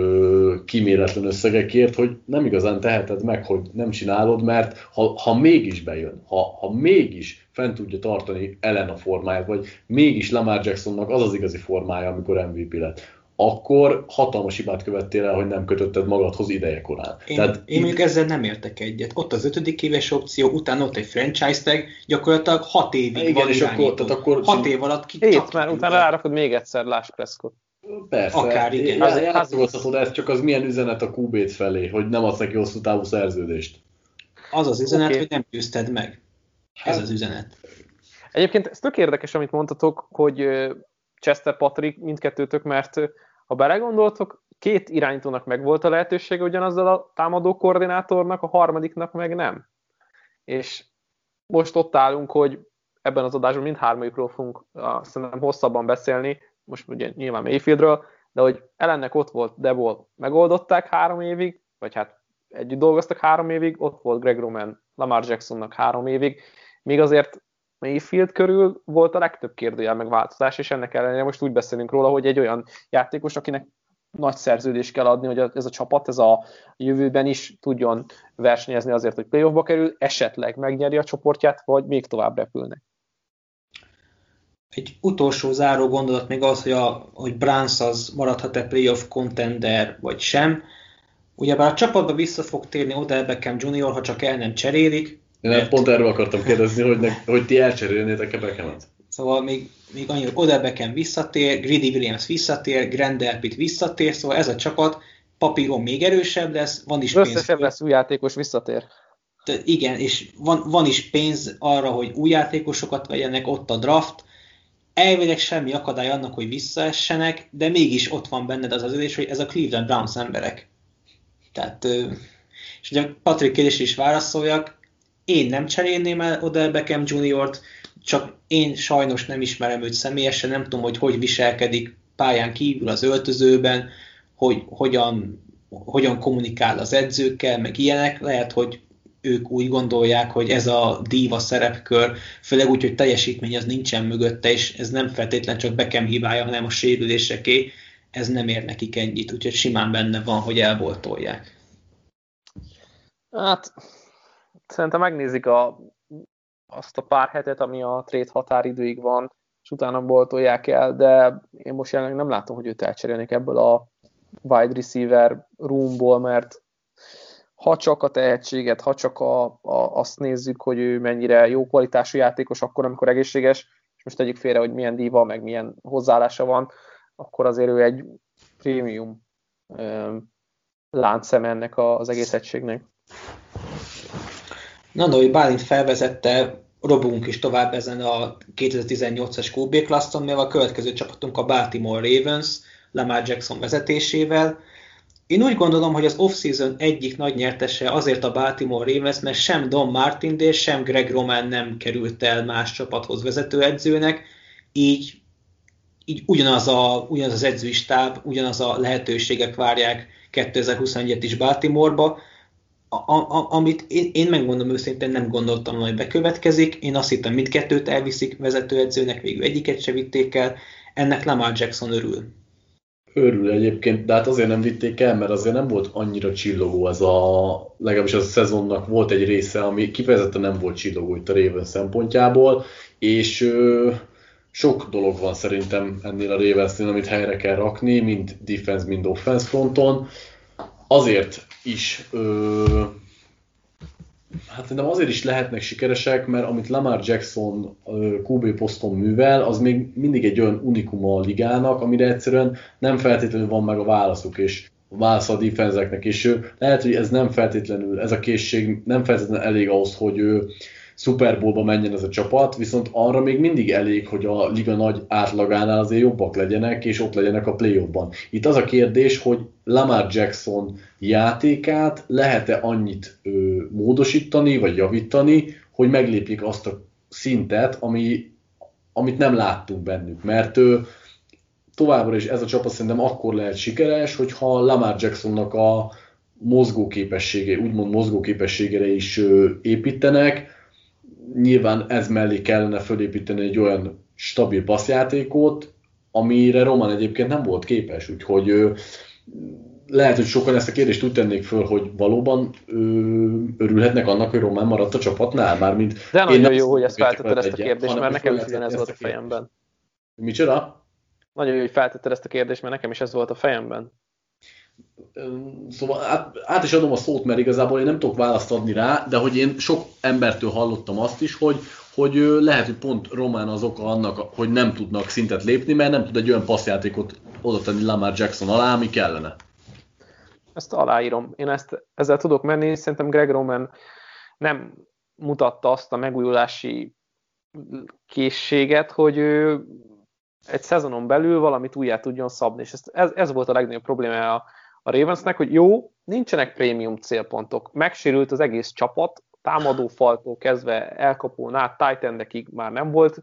ö, kíméletlen összegekért, hogy nem igazán teheted meg, hogy nem csinálod, mert ha, ha mégis bejön, ha, ha mégis fent tudja tartani Allen a formáját, vagy mégis Lamar Jacksonnak az az igazi formája, amikor em vé pé lett, akkor hatalmas hibát követtél el, hogy nem kötötted magadhoz idejekorán. Én, Tehát én mondjuk ezzel nem értek egyet. Ott az ötödik éves opció, utána ott egy franchise tag, gyakorlatilag hat évig igen, van és akkor, tehát akkor hat év alatt ki Hét, már utána rárakod még egyszer, láss Prescott. Persze, akár igen. Az, játszolgathatod ezt, csak az milyen üzenet a kú bét felé, hogy nem adsz neki hosszú távú szerződést. Az az üzenet, okay. hogy nem győzted meg. Ez hát, az üzenet. Egyébként ez tök érdekes, amit mondtatok, hogy Chester Patrick mindkettőtök, mert ha belegondoltok, két irányítónak meg volt a lehetősége ugyanazzal a támadó koordinátornak, a harmadiknak meg nem. És most ott állunk, hogy ebben az adásban mindhármajukról fogunk szerintem hosszabban beszélni, most ugye nyilván Mayfieldről, de hogy Allennek ott volt Debo, megoldották három évig, vagy hát együtt dolgoztak három évig, ott volt Greg Roman, Lamar Jacksonnak három évig, még azért Mayfield körül volt a legtöbb kérdőjel megváltozás, és ennek ellenére most úgy beszélünk róla, hogy egy olyan játékos, akinek nagy szerződést kell adni, hogy ez a csapat ez a jövőben is tudjon versenyezni azért, hogy playoffba kerül, esetleg megnyeri a csoportját, vagy még tovább repülnek. Egy utolsó záró gondolat még az, hogy, a, hogy Browns az maradhat-e playoff contender, vagy sem. Ugyebár a csapatba vissza fog térni Odell Beckham junior, ha csak el nem cserélik. Én mert... pont erről akartam kérdezni, hogy, ne, hogy ti elcserélnétek-e Beckhamet? Szóval még, még annyi, hogy Odell Beckham visszatér, Greedy Williams visszatér, Grant Delpit visszatér, szóval ez a csapat papíron még erősebb lesz, van is pénz. Összesebb lesz új játékos visszatér. De igen, és van, van is pénz arra, hogy új játékosokat vegyenek, ott a draft. Elvileg semmi akadály annak, hogy visszaessenek, de mégis ott van benned az az érzés, hogy ez a Cleveland Browns emberek. Tehát, és ugye Patrick kérdésre is válaszoljak, én nem cserélném el Odell Beckham juniort, csak én sajnos nem ismerem őt személyesen, nem tudom, hogy hogy viselkedik pályán kívül az öltözőben, hogy hogyan, hogyan kommunikál az edzőkkel, meg ilyenek. Lehet, hogy ők úgy gondolják, hogy ez a díva szerepkör, főleg úgy, hogy teljesítmény az nincsen mögötte, és ez nem feltétlen csak Beckham hibája, hanem a sérüléseké, ez nem ér nekik ennyit, úgyhogy simán benne van, hogy elboltolják. Hát, szerintem megnézik a, azt a pár hetet, ami a trade határidőig van, és utána boltolják el, de én most jelenleg nem látom, hogy őt elcserélnék ebből a wide receiver roomból, mert ha csak a tehetséget, ha csak a, a, azt nézzük, hogy ő mennyire jó kvalitású játékos akkor, amikor egészséges, és most tegyük félre, hogy milyen díva, meg milyen hozzáállása van, akkor azért ő egy prémium láncszem ennek az egész egységnek. Na, de hogy Bálint felvezette, robogunk is tovább ezen a kétezer-tizennyolcas kú bé klasszon, mivel a következő csapatunk a Baltimore Ravens, Lamar Jackson vezetésével. Én úgy gondolom, hogy az off-season egyik nagy nyertese azért a Baltimore Ravens, mert sem Don Martindale, sem Greg Roman nem került el más csapathoz vezetőedzőnek, így, így ugyanaz, a, ugyanaz az edzői stáb, ugyanaz a lehetőségek várják kétezer-huszonegyet is Baltimoreba, a, a, amit én, én megmondom őszintén, nem gondoltam, hogy bekövetkezik. Én azt hittem, mindkettőt elviszik vezetőedzőnek, végül egyiket se vitték el. Ennek Lamar Jackson örül. Örül egyébként, de hát azért nem vitték el, mert azért nem volt annyira csillogó ez a, legalábbis a szezonnak volt egy része, ami kifejezetten nem volt csillogó itt a Ravens szempontjából, és ö, sok dolog van szerintem ennél a Ravensnél, amit helyre kell rakni, mind defense, mind offense fronton. Azért is, ö, hát nem azért is lehetnek sikeresek, mert amit Lamar Jackson kú bé poszton művel, az még mindig egy olyan unikuma a ligának, amire egyszerűen nem feltétlenül van meg a válaszuk, és a válasz a defenseknek, és lehet, hogy ez nem feltétlenül, ez a készség nem feltétlenül elég ahhoz, hogy ő Super Bowlba menjen ez a csapat, viszont arra még mindig elég, hogy a liga nagy átlagánál azért jobbak legyenek, és ott legyenek a play-offban. Itt az a kérdés, hogy Lamar Jackson játékát lehet-e annyit ö, módosítani, vagy javítani, hogy meglépjék azt a szintet, ami, amit nem láttunk bennük. Mert ö, továbbra is ez a csapat szerintem akkor lehet sikeres, hogyha Lamar Jacksonnak a mozgóképessége, úgymond mozgóképességére is ö, építenek. Nyilván ez mellé kellene fölépíteni egy olyan stabil passzjátékot, amire Roman egyébként nem volt képes, úgyhogy ö, lehet, hogy sokan ezt a kérdést úgy tennék föl, hogy valóban ö, örülhetnek annak, hogy Roman maradt a csapatnál, mármint... De nagyon jó, hogy ezt feltetted ezt a kérdést, mert nekem is ugyanez volt a fejemben. Micsoda? Nagyon jó, hogy feltetted ezt a kérdést, mert nekem is ez volt a fejemben. Szóval át, át is adom a szót, mert igazából én nem tudok választ adni rá, de hogy én sok embertől hallottam azt is, hogy, hogy lehet, hogy pont Román az oka annak, hogy nem tudnak szintet lépni, mert nem tud egy olyan passzjátékot oda tenni Lamar Jackson alá, ami kellene. Ezt aláírom. Én ezt, ezzel tudok menni, szerintem Greg Roman nem mutatta azt a megújulási készséget, hogy ő egy szezonon belül valamit újjá tudjon szabni, és ez, ez volt a legnagyobb probléma a a Ravensnek, hogy jó, nincsenek prémium célpontok. Megsérült az egész csapat, támadó faltól kezdve elkapón át, tight endekig már nem volt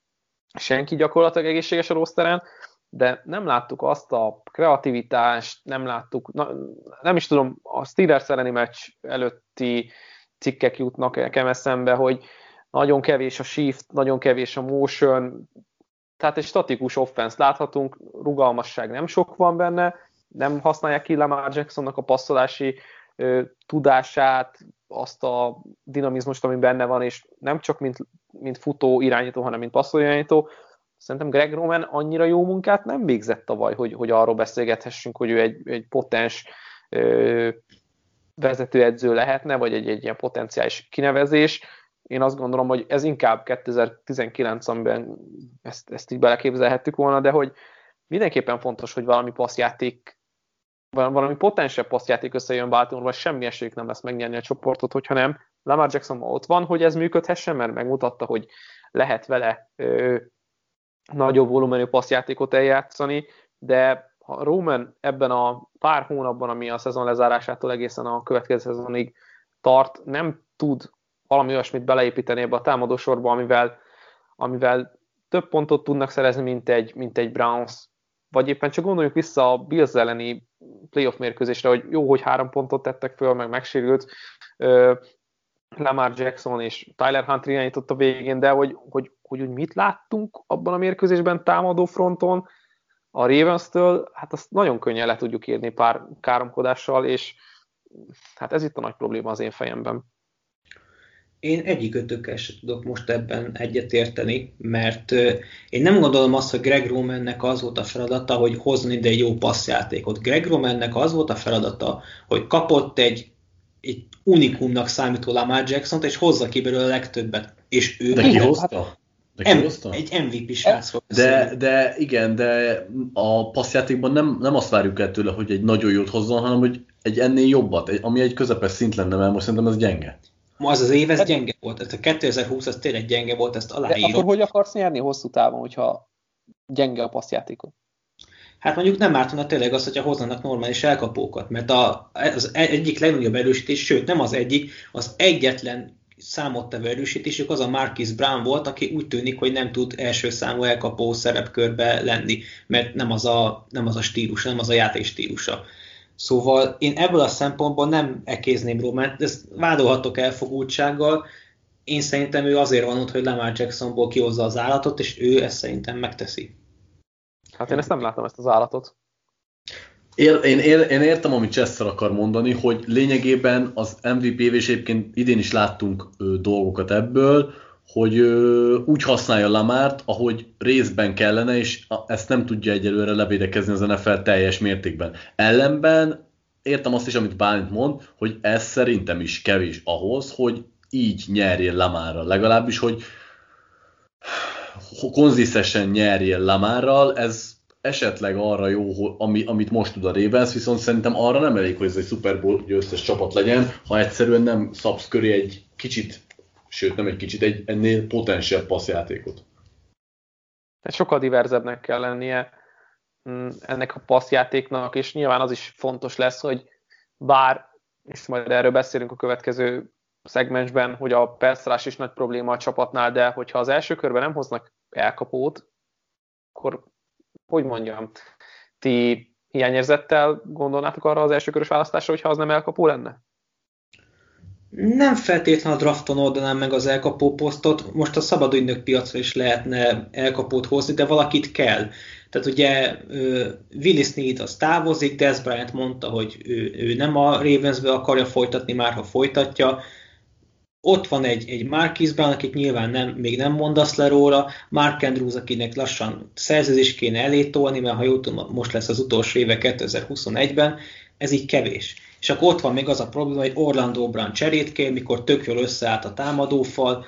senki gyakorlatilag egészséges a rosteren, de nem láttuk azt a kreativitást, nem láttuk, na, nem is tudom, a Steelers elleni meccs előtti cikkek jutnak nekem eszembe, hogy nagyon kevés a shift, nagyon kevés a motion, tehát egy statikus offense láthatunk, rugalmasság nem sok van benne, nem használják ki Lamar Jacksonnak a passzolási ö, tudását, azt a dinamizmust, ami benne van, és nem csak mint, mint futó irányító, hanem mint passzoló irányító. Szerintem Greg Roman annyira jó munkát nem végzett tavaly, hogy, hogy arról beszélgethessünk, hogy ő egy, egy potens ö, vezetőedző lehetne, vagy egy, egy ilyen potenciális kinevezés. Én azt gondolom, hogy ez inkább kétezer-tizenkilenc, amiben ezt, ezt így beleképzelhettük volna, de hogy mindenképpen fontos, hogy valami passzjáték, valami potensebb passzjáték összejön Baltimore-ban, semmi esélyük nem lesz megnyerni a csoportot, hogyha nem. Lamar Jackson ott van, hogy ez működhessen, mert megmutatta, hogy lehet vele ö, nagyobb volumenű passzjátékot eljátszani, de ha Roman ebben a pár hónapban, ami a szezon lezárásától egészen a következő szezonig tart, nem tud valami olyasmit beleépíteni ebbe a támadósorba, amivel, amivel több pontot tudnak szerezni, mint egy, mint egy Browns, vagy éppen csak gondoljuk vissza a Bills elleni playoff mérkőzésre, hogy jó, hogy három pontot tettek föl, meg megsérült uh, Lamar Jackson és Tyler Huntley irányított a végén, de hogy, hogy, hogy úgy mit láttunk abban a mérkőzésben támadó fronton a Ravens-től, hát azt nagyon könnyen le tudjuk írni pár káromkodással, és hát ez itt a nagy probléma az én fejemben. Én egyikötökkel sem tudok most ebben egyetérteni, mert én nem gondolom azt, hogy Greg Romannek az volt a feladata, hogy hozni ide egy jó passzjátékot. Greg Romannek az volt a feladata, hogy kapott egy, egy unikumnak számító Lamar Jacksont, és hozza ki belőle a legtöbbet. És ő de ki hozta? De M- egy em vé pé srácról de, de igen, de a passzjátékban nem, nem azt várjuk el tőle, hogy egy nagyon jót hozzon, hanem hogy egy ennél jobbat, egy, ami egy közepes szint lenne, mert most szerintem ez gyenge. Ma az az év, ez gyenge volt. Ez a kétezer-húsz az tényleg gyenge volt, ezt aláírom. De akkor hogy akarsz nyerni hosszú távon, hogyha gyenge a passzjátékot? Hát mondjuk nem ártana tényleg az, hogyha hoznának normális elkapókat, mert a, az egyik legnagyobb erősítés, sőt nem az egyik, az egyetlen számottevő erősítésük az a Marquise Brown volt, aki úgy tűnik, hogy nem tud első számú elkapó szerepkörbe lenni, mert nem az a, nem az a stílus, nem az a játék stílusa. Szóval én ebből a szempontból nem ekézném Romant, ezt vádolhatok elfogultsággal. Én szerintem ő azért van ott, hogy Lamar Jacksonból kihozza az állatot, és ő ezt szerintem megteszi. Hát én ezt nem látom, ezt az állatot. Én, én, én értem, amit Chester akar mondani, hogy lényegében az em vé pé-vel és egyébként idén is láttunk ö, dolgokat ebből, hogy ö, úgy használja Lamart, ahogy részben kellene, és ezt nem tudja egyelőre levédekezni az en ef el teljes mértékben. Ellenben értem azt is, amit Bálint mond, hogy ez szerintem is kevés ahhoz, hogy így nyerjél Lamarral. Legalábbis, hogy konzisztensen nyerjél Lamarral, ez esetleg arra jó, ami, amit most tud a Ravens, viszont szerintem arra nem elég, hogy ez egy Super Bowl győztes csapat legyen, ha egyszerűen nem szabsz köré egy kicsit, sőt nem egy kicsit, egy ennél potenciált passzjátékot. Sokkal diverzebbnek kell lennie ennek a passzjátéknak, és nyilván az is fontos lesz, hogy bár, és majd erről beszélünk a következő szegmensben, hogy a pass is nagy probléma a csapatnál, de hogyha az első körben nem hoznak elkapót, akkor hogy mondjam, ti hiányérzettel gondolnátok arra az elsőkörös választásra, hogyha az nem elkapó lenne? Nem feltétlenül a drafton oldanám meg az elkapó posztot, most a szabad ügynök piacra is lehetne elkapót hozni, de valakit kell. Tehát ugye Willie Snead az távozik, Dez Bryant mondta, hogy ő, ő nem a Ravensbe akarja folytatni, már ha folytatja. Ott van egy, egy Marquise Brown, akit nyilván nem, még nem mondasz le róla, Mark Andrews, akinek lassan szerződést kéne elé tolni, mert ha jól tudom, most lesz az utolsó éve kétezer-huszonegyben, ez így kevés. És akkor ott van még az a probléma, hogy Orlando Brown cserét kér, mikor tök jól összeállt a támadófal.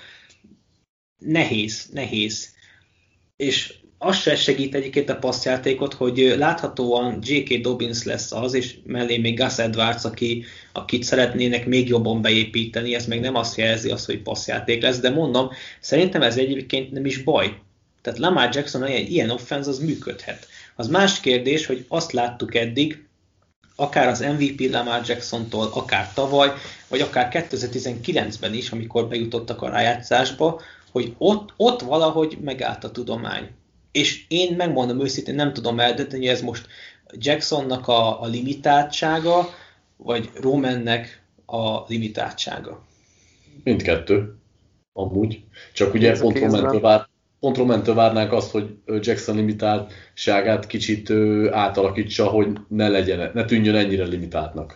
Nehéz, nehéz. És az se segít egyébként a passzjátékot, hogy láthatóan jé ká. Dobbins lesz az, és mellé még Gus Edwards, aki, akit szeretnének még jobban beépíteni, ez meg nem azt jelzi, azt, hogy passzjáték lesz, de mondom, szerintem ez egyébként nem is baj. Tehát Lamar Jackson ilyen, ilyen offense az működhet. Az más kérdés, hogy azt láttuk eddig, akár az em vé pé Lamar Jacksontól, akár tavaly, vagy akár kétezer-tizenkilencben is, amikor bejutottak a rájátszásba, hogy ott, ott valahogy megállt a tudomány. És én megmondom őszintén, nem tudom eldönteni, hogy ez most Jacksonnak a, a limitáltsága, vagy Romannek a limitáltsága. Mindkettő, amúgy. Csak ugye pont Romentől, vár, pont Romentől várnánk azt, hogy Jackson limitáltságát kicsit átalakítsa, hogy ne legyen, ne tűnjön ennyire limitáltnak.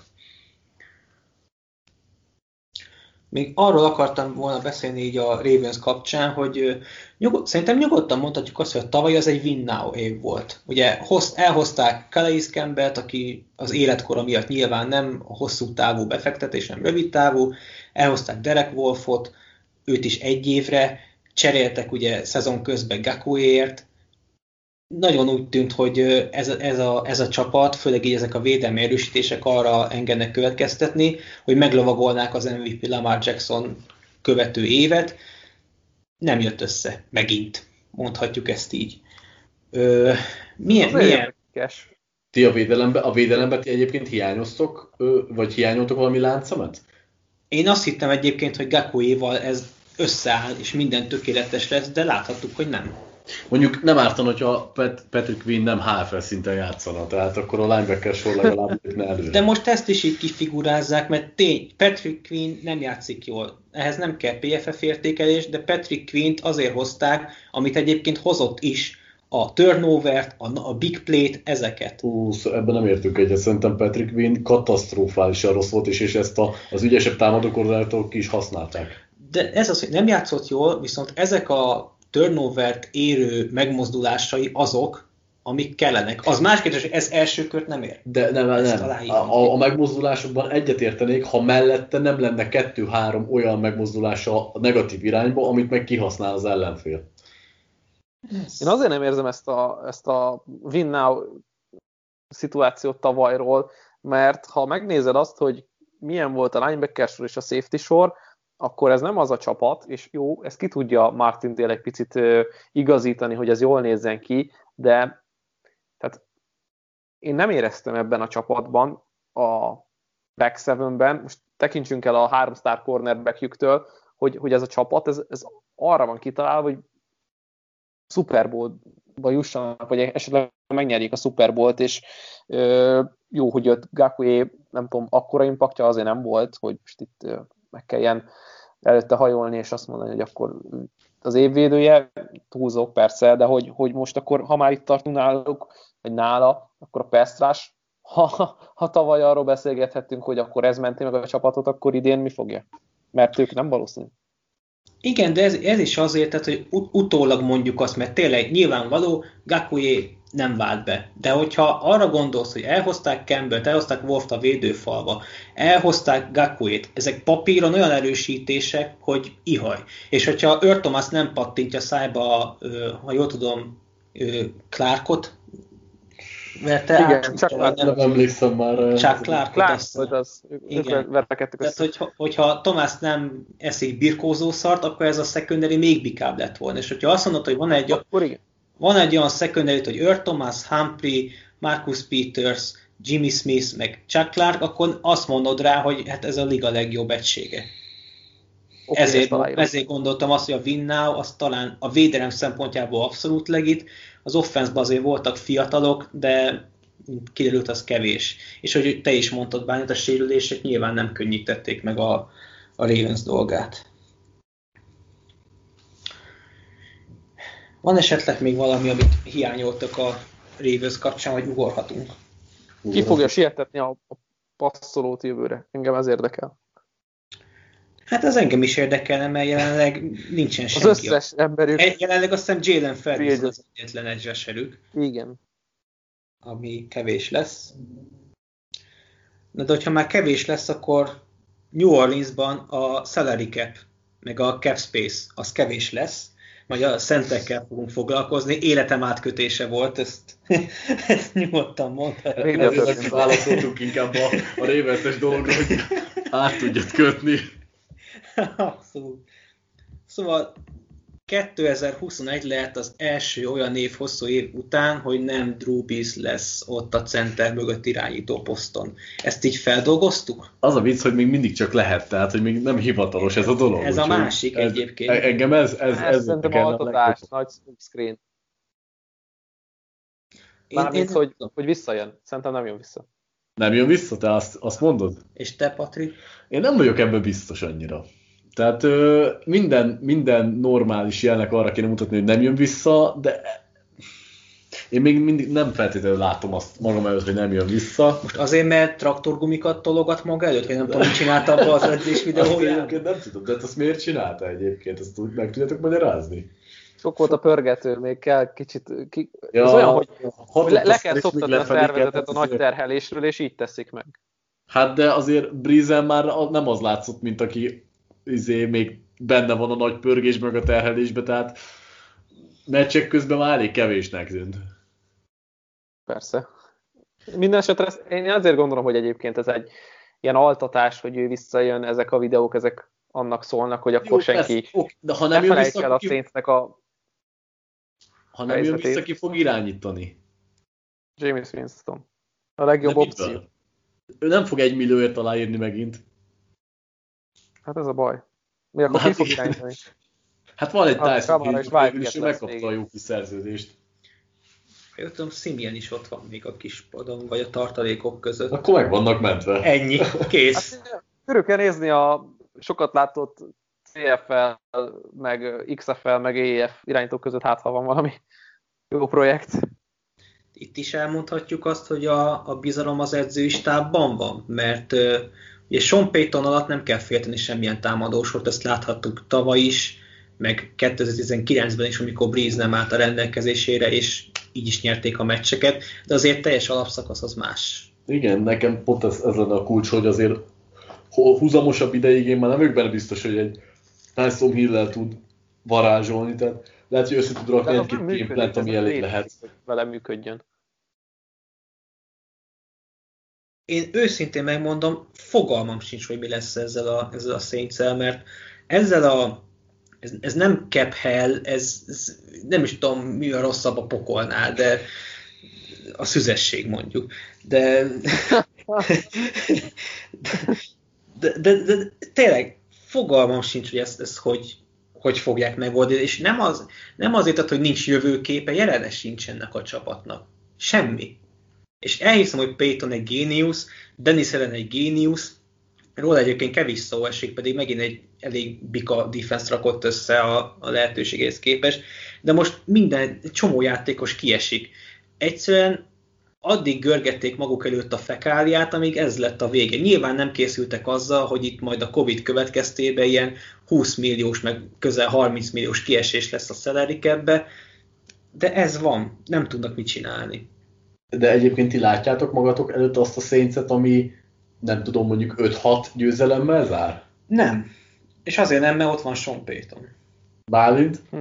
Még arról akartam volna beszélni így a Ravens kapcsán, hogy nyugod, szerintem nyugodtan mondhatjuk azt, hogy a tavaly az egy win now év volt. Ugye hoz, elhozták Calais Campbellt, aki az életkora miatt nyilván nem hosszú távú befektetés, nem rövid távú, elhozták Derek Wolfot, őt is egy évre, cseréltek ugye szezon közben Gakuéért. Nagyon úgy tűnt, hogy ez a, ez, a, ez a csapat, főleg így ezek a védelmi erősítések arra engednek következtetni, hogy meglovagolnák az em vé pé Lamar Jackson követő évet. Nem jött össze, megint, mondhatjuk ezt így. Ö, milyen, milyen... Ti a védelemben, a védelemben ti egyébként hiányoztok, vagy hiányoltok valami láncszemet? Én azt hittem egyébként, hogy Gakuéval ez összeáll, és minden tökéletes lesz, de láthattuk, hogy nem. Mondjuk nem ártan, hogyha Pat- Patrick Queen nem há ef el szinten játszana, tehát akkor a linebacker sor legalább ne előre. De most ezt is így kifigurázzák, mert tény, Patrick Queen nem játszik jól. Ehhez nem kell pé ef ef értékelés, de Patrick Queen-t azért hozták, amit egyébként hozott is, a turnovert, a, a big play-t, ezeket. Hú, ebben nem értünk egyet, szerintem Patrick Queen katasztrofálisan rossz volt, és, és ezt a, az ügyesebb támadókoordinától ki is használták. de ez az, hogy nem játszott jól, viszont ezek a turnovert érő megmozdulásai azok, amik kellenek. Az más kérdés, hogy ez első kört nem ér. De nem, nem. A, a megmozdulásokban egyetértenék, ha mellette nem lenne kettő-három olyan megmozdulása a negatív irányba, amit meg kihasznál az ellenfél. Én azért nem érzem ezt a, ezt a win now szituációt tavalyról, mert ha megnézed azt, hogy milyen volt a linebacker sor és a safety sor, akkor ez nem az a csapat, és jó, ezt ki tudja Martindale egy picit uh, igazítani, hogy ez jól nézzen ki, de tehát én nem éreztem ebben a csapatban, a back sevenben, most tekintsünk el a három sztár cornerbackjüktől, hogy, hogy ez a csapat, ez, ez arra van kitalálva, hogy Super Bowl-ba jussanak, vagy esetleg megnyerjék a Super Bowl-t, és ö, jó, hogy jött Gakué, nem tudom, akkora impaktja azért nem volt, hogy most itt ö, meg kelljen előtte hajolni, és azt mondani, hogy akkor az évvédője, túlzók persze, de hogy, hogy most akkor, ha már itt tartunk náluk, vagy nála, akkor a Pestrás, ha, ha tavaly arról beszélgethettünk, hogy akkor ez menti meg a csapatot, akkor idén mi fogja? Mert ők nem valószínű. Igen, de ez, ez is azért, tehát, hogy ut- utólag mondjuk azt, mert tényleg nyilvánvaló, Gakué nem vált be. De hogyha arra gondolsz, hogy elhozták Campbell-t, elhozták Wolft a védőfalba, elhozták Gakuét, ezek papíron olyan erősítések, hogy ihaj. És hogyha Earl Thomas nem pattintja szájba, ha jól tudom, Clarkot, mert te igen, csak nem, nem emlékszem már. Csak Clarkot, hogy az, igen. Vertekedtek össze. Tehát, hogy, hogyha Thomas nem eszik birkózó szart, akkor ez a secondary még bikább lett volna. És hogyha azt mondod, hogy van egy, van egy olyan secondary, hogy Earl Thomas, Humphrey, Marcus Peters, Jimmy Smith, meg Chuck Clark, akkor azt mondod rá, hogy hát ez a liga legjobb egysége. Okay, ezért, ezért gondoltam azt, hogy a win now, az talán a védelem szempontjából abszolút legit. Az offenszban azért voltak fiatalok, de kiderült, az kevés. És hogy te is mondtad, Bánat, a sérülések nyilván nem könnyítették meg a, a Ravens dolgát. Van esetleg még valami, amit hiányoltak a Ravens kapcsán, vagy ugorhatunk? Ki fogja sietetni a, a passzolót jövőre? Engem ez érdekel. Hát az engem is érdekelne, mert jelenleg nincsen senki. Az összes emberük. Jelenleg azt hiszem Jalen Ferguson az egyetlen edge rusherük. Igen. Ami kevés lesz. Na de hogyha már kevés lesz, akkor New Orleansban a salary cap, meg a cap space, az kevés lesz. Majd a centekkel fogunk foglalkozni. Életem átkötése volt, ezt, ezt nyugodtan mondhatjuk. Ezért válaszoltunk inkább a, a Ravens-es dologra, hogy át tudjad kötni. Abszolút. Szóval kétezer-huszonegy lehet az első olyan év hosszú év után, hogy nem Drew Brees lesz ott a center mögött irányító poszton. Ezt így feldolgoztuk? Az a vicc, hogy még mindig csak lehet, tehát hogy még nem hivatalos ez a dolog. Ez a másik ez, egyébként. Engem ez... ez, ez, ez szerintem altatás, nagy screen. Mármint, hogy, hogy visszajön. Szerintem nem jön vissza. Nem jön vissza? Te azt, azt mondod? És te, Patrik? Én nem vagyok ebben biztos annyira. Tehát ö, minden, minden normális jelnek arra kéne mutatni, hogy nem jön vissza, de én még mindig nem feltétlenül látom azt magam előtt, hogy nem jön vissza. Most azért, mert traktorgumikat tologat maga előtt, vagy nem tudom, mit csinálta abba az edzés videóján? Nem tudom, de azt miért csinálta egyébként? Ezt meg tudjátok magyarázni? Sok volt a pörgető, még kell kicsit... Ki... Ja, az olyan, hogy, hogy le, le kell szoktatni a szervezetet a nagy terhelésről, és így teszik meg. Hát de azért Breezen már nem az látszott, mint aki izé, még benne van a nagy pörgés meg a terhelésbe, tehát meccsek közben már elég kevésnek tűnt. Persze. Minden esetre én azért gondolom, hogy egyébként ez egy ilyen altatás, hogy ő visszajön, ezek a videók, ezek annak szólnak, hogy akkor jó, senki persze, ok, de ha nem ne felejts el a Saintsnek a ha nem jön vissza, ki fog irányítani? James Winston. A legjobb opció. Ő nem fog egy millióért aláírni megint. Hát ez a baj. Mi akkor ki fog irányítani? Hát van egy Tyson Hill, és ő megkapta a jó kis szerződést. Én tudom, Simeon is ott van még a kis padon, vagy a tartalékok között. Akkor meg vannak mentve. Ennyi, kész. Hát, körül kell nézni a sokat látott cé ef el, meg iksz ef el, meg é ef irányítók között, hát ha van valami jó projekt. Itt is elmondhatjuk azt, hogy a, a bizalom az edzői stábban van, mert uh, És Sean Payton alatt nem kell félteni semmilyen támadósort, ezt láthattuk tavaly is, meg kétezer-tizenkilencben is, amikor Breeze nem állt a rendelkezésére, és így is nyerték a meccseket, de azért teljes alapszakasz az más. Igen, nekem pont ez, ez lenne a kulcs, hogy azért húzamosabb ideig én már nem vagyok benne biztos, hogy egy Tyson Hill-lel tud varázsolni, tehát lehet, hogy össze tud rakni egy-két gameplant, ami elég lehet. Vele működjön. Én őszintén megmondom, fogalmam sincs, hogy mi lesz ezzel a, ezzel a Saints-el, mert ezzel a ez, ez nem cap hell, ez, ez nem is tudom, mi a rosszabb a pokolnál, de a szüzesség mondjuk. De de, de, de, de tényleg fogalmam sincs, hogy ezt, ezt hogy, hogy fogják megoldani, és nem, az, nem azért, hogy nincs jövőképe, jelenleg sincs ennek a csapatnak. Semmi. És elhiszem, hogy Payton egy géniusz, Dennis Allen egy géniusz, róla egyébként kevés szó esik, pedig megint egy elég bika defense rakott össze a, a lehetőségéhez képest, de most minden csomó játékos kiesik. Egyszerűen addig görgették maguk előtt a fekáliát, amíg ez lett a vége. Nyilván nem készültek azzal, hogy itt majd a Covid következtében ilyen húsz milliós, meg közel harminc milliós kiesés lesz a salary capbe, de ez van, nem tudnak mit csinálni. De egyébként ti látjátok magatok előtt azt a Saints-et, ami nem tudom, mondjuk öt-hat győzelemmel zár? Nem. És azért nem, mert ott van Sean Payton. Bálint? Hm.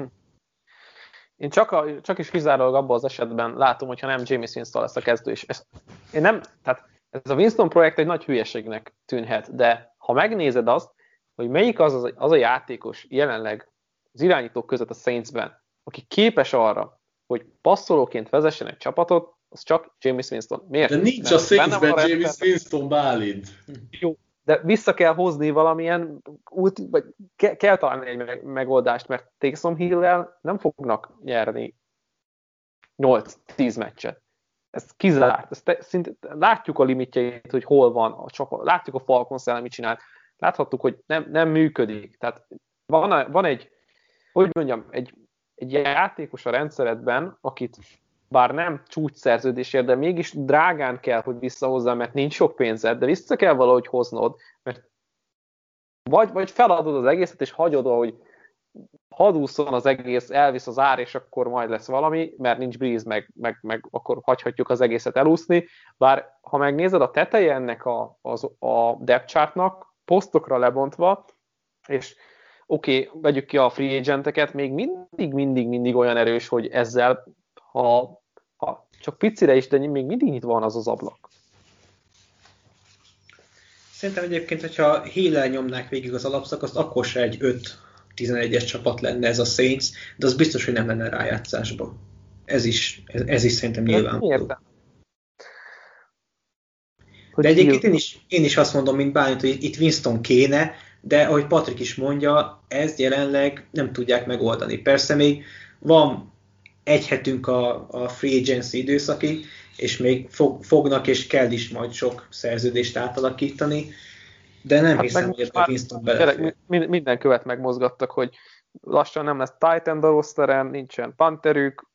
Én csak, a, csak is kizárólag abban az esetben látom, hogyha nem Jameis Winston lesz a kezdő. És ez, én nem, tehát ez a Winston projekt egy nagy hülyeségnek tűnhet, de ha megnézed azt, hogy melyik az, az, az a játékos jelenleg az irányítók között a Saintsben, aki képes arra, hogy passzolóként vezessen egy csapatot, az csak Jameis Winston. Miért? De nincs a Saintsben Jameis Winston, Bálint. Jó, de vissza kell hozni valamilyen út, vagy ke- kell találni egy megoldást, mert Taysom Hill-el nem fognak nyerni nyolc-tíz meccset. Ez kizárt. Ezt te, szinte, látjuk a limitjeit, hogy hol van a csapat. Látjuk a Falcons ellen mit csinált. Láthattuk, hogy nem, nem működik. Tehát van, van egy, hogy mondjam, egy, egy játékos a rendszeredben, akit bár nem csúcsszerződésért, de mégis drágán kell, hogy visszahozzá, mert nincs sok pénzed, de vissza kell valahogy hoznod, mert vagy, vagy feladod az egészet, és hagyod, hogy hadúszon az egész, elvisz az ár, és akkor majd lesz valami, mert nincs Breeze, meg, meg, meg akkor hagyhatjuk az egészet elúszni. Bár ha megnézed a teteje ennek a, az, a depth chartnak, posztokra lebontva, és oké, okay, vegyük ki a free agenteket, még mindig, mindig, mindig olyan erős, hogy ezzel Ha, ha csak picire is, de még mindig nyitva van az az ablak. Szerintem egyébként, hogyha Hill-el nyomnák végig az alapszakaszt, akkor se egy öt tizenegyes csapat lenne ez a Saints, de az biztos, hogy nem lenne rájátszásba. Ez is, ez, ez is szerintem nyilvánvaló. De egyébként én is, én is azt mondom, mint Bálint, hogy itt Winston kéne, de ahogy Patrik is mondja, ezt jelenleg nem tudják megoldani. Persze még van egy hetünk a, a free agency időszakig, és még fog, fognak és kell is majd sok szerződést átalakítani, de nem hát hiszem, hogy ebben Winston belefér. Minden követ megmozgattak, hogy lassan nem lesz tight end a rosteren, nincsen panterük.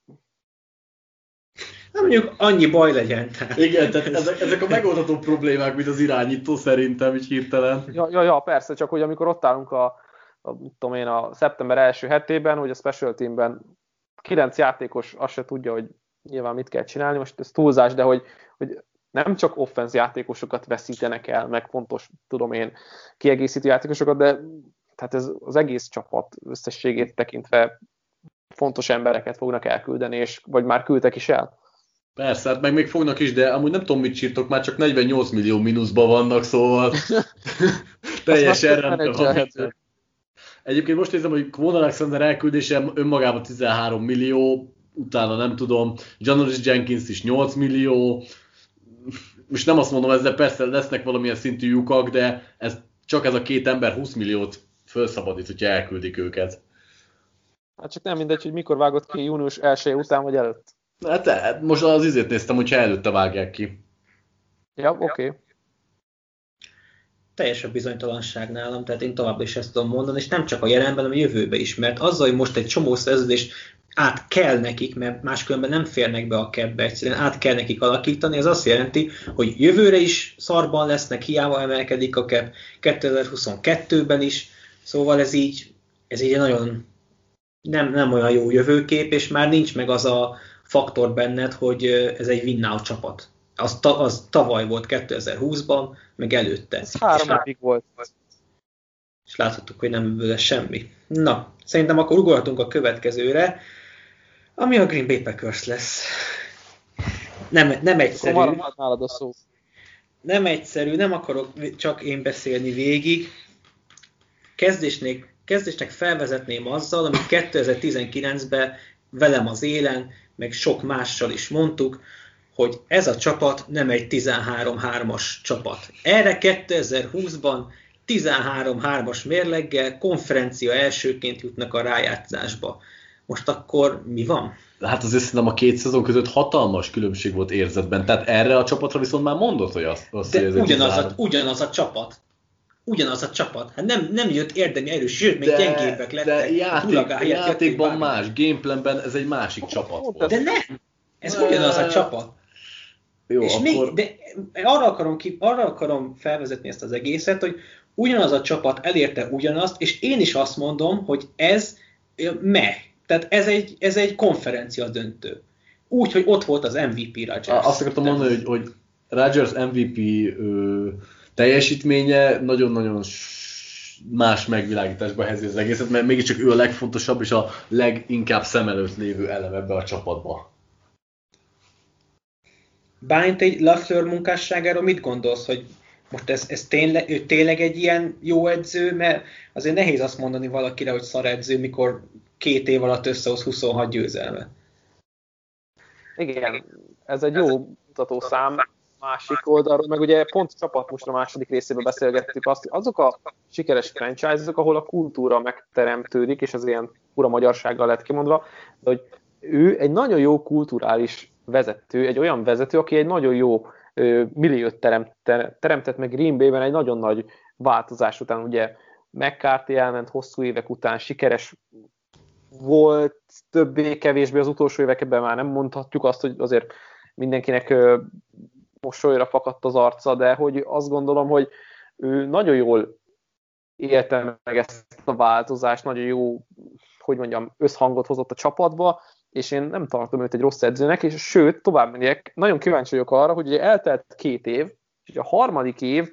Nem mondjuk annyi baj legyen. Tehát. Igen, tehát ezek, ezek a megoldható problémák, mint az irányító szerintem, így hirtelen. Ja, ja, ja, persze, csak hogy amikor ott állunk a, a, tudom én, a szeptember első hetében, hogy a special teamben kilenc játékos azt se tudja, hogy nyilván mit kell csinálni, most ez túlzás, de hogy, hogy nem csak offense játékosokat veszítenek el, meg fontos, tudom én, kiegészítő játékosokat, de tehát ez az egész csapat összességét tekintve fontos embereket fognak elküldeni, és vagy már küldtek is el. Persze, hát meg még fognak is, de amúgy nem tudom, mit sírtok, már csak negyvennyolc millió mínuszban vannak, szóval teljesen rendben van. Egyébként most nézem, hogy Kwon Alexander elküldése önmagában tizenhárom millió, utána nem tudom, Janoris Jenkins is nyolc millió, most nem azt mondom ezzel, persze lesznek valamilyen szintű lyukak, de ez, csak ez a két ember húsz milliót felszabadít, hogyha elküldik őket. Hát csak nem mindegy, hogy mikor vágott ki, június elsője után vagy előtt. Hát, hát most az izét néztem, hogyha előtte vágják ki. Ja, oké. Okay. Teljes a bizonytalanság nálam, tehát én továbbra is ezt tudom mondani, és nem csak a jelenben, hanem a jövőben is, mert azzal, hogy most egy csomó szerződést át kell nekik, mert máskülönben nem férnek be a capbe, egyszerűen át kell nekik alakítani, ez azt jelenti, hogy jövőre is szarban lesznek, hiába emelkedik a cap, kétezer-huszonkettőben is, szóval ez így, ez így nagyon nem, nem olyan jó jövőkép, és már nincs meg az a faktor benned, hogy ez egy win-now csapat. Az, ta, az tavaly volt kétezer-húszban, meg előtte. Ez három évig volt. És láthattuk, hogy nem lesz semmi. Na, szerintem akkor ugorhatunk a következőre, ami a Green Bay Packers lesz. Nem, nem egyszerű. Nálad a szó. Nem egyszerű, nem akarok csak én beszélni végig. Kezdésnek, kezdésnek felvezetném azzal, amit kétezer-tizenkilencben velem az élen, meg sok mással is mondtuk, hogy ez a csapat nem egy tizenhárom hármas csapat. Erre kétezer-húszban tizenhárom hármas mérleggel konferencia elsőként jutnak a rájátszásba. Most akkor mi van? Hát azért szerintem a két szezon között hatalmas különbség volt érzetben. Tehát erre a csapatra viszont már mondott, hogy azt, azt De hogy ugyanaz a, ugyanaz a csapat. Ugyanaz a csapat. Hát nem, nem jött érdemi erős, sőt, még de, gyengébbek lettek. De játék, játékban más, gameplanben ez egy másik csapat volt. De nem! Ez de... ugyanaz a csapat. Jó, és akkor... még, de arra akarom, ki, arra akarom felvezetni ezt az egészet, hogy ugyanaz a csapat elérte ugyanazt, és én is azt mondom, hogy ez meh. Tehát ez egy, ez egy konferencia döntő. Úgy, hogy ott volt az em vé pé Rodgers. Azt akartam mondani, hogy, hogy Rodgers em vé pé ö, teljesítménye nagyon-nagyon más megvilágításba helyezi az egészet, mert mégiscsak ő a legfontosabb és a leginkább szem előtt lévő elem ebbe a csapatba. Bálint egy LaFleur munkásságáról mit gondolsz, hogy most ez, ez tényleg, ő tényleg egy ilyen jó edző, mert azért nehéz azt mondani valakire, hogy szar edző, mikor két év alatt összehoz huszonhat győzelmet. Igen, ez egy jó mutató szám másik oldalról, meg ugye pont csapat most a második részében beszélgettük azt, hogy azok a sikeres franchise-ok, ahol a kultúra megteremtődik, és az ilyen ura magyarsággal lett kimondva, de hogy ő egy nagyon jó kulturális vezető, egy olyan vezető, aki egy nagyon jó milliót teremt, teremtett meg Green Bay-ben egy nagyon nagy változás után, ugye McCarthy elment hosszú évek után, sikeres volt, többé-kevésbé az utolsó években már nem mondhatjuk azt, hogy azért mindenkinek mosolyra fakadt az arca, de hogy azt gondolom, hogy ő nagyon jól élte meg ezt a változást, nagyon jó, hogy mondjam, összhangot hozott a csapatba, és én nem tartom őt egy rossz edzőnek, és sőt, tovább megyek, nagyon kíváncsi vagyok arra, hogy ugye eltelt két év, és a harmadik év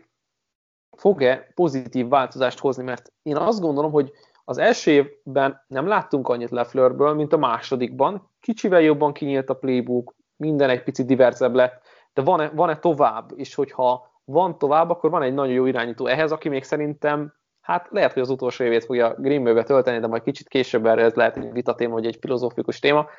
fog-e pozitív változást hozni, mert én azt gondolom, hogy az első évben nem láttunk annyit LaFleurből, mint a másodikban, kicsivel jobban kinyílt a playbook, minden egy picit diverzebb lett, de van-e, van-e tovább, és hogyha van tovább, akkor van egy nagyon jó irányító ehhez, aki még szerintem, hát lehet, hogy az utolsó évét fogja Green Bay-be tölteni, de majd kicsit később erre ez lehet egy vitatéma, vagy egy filozófikus téma.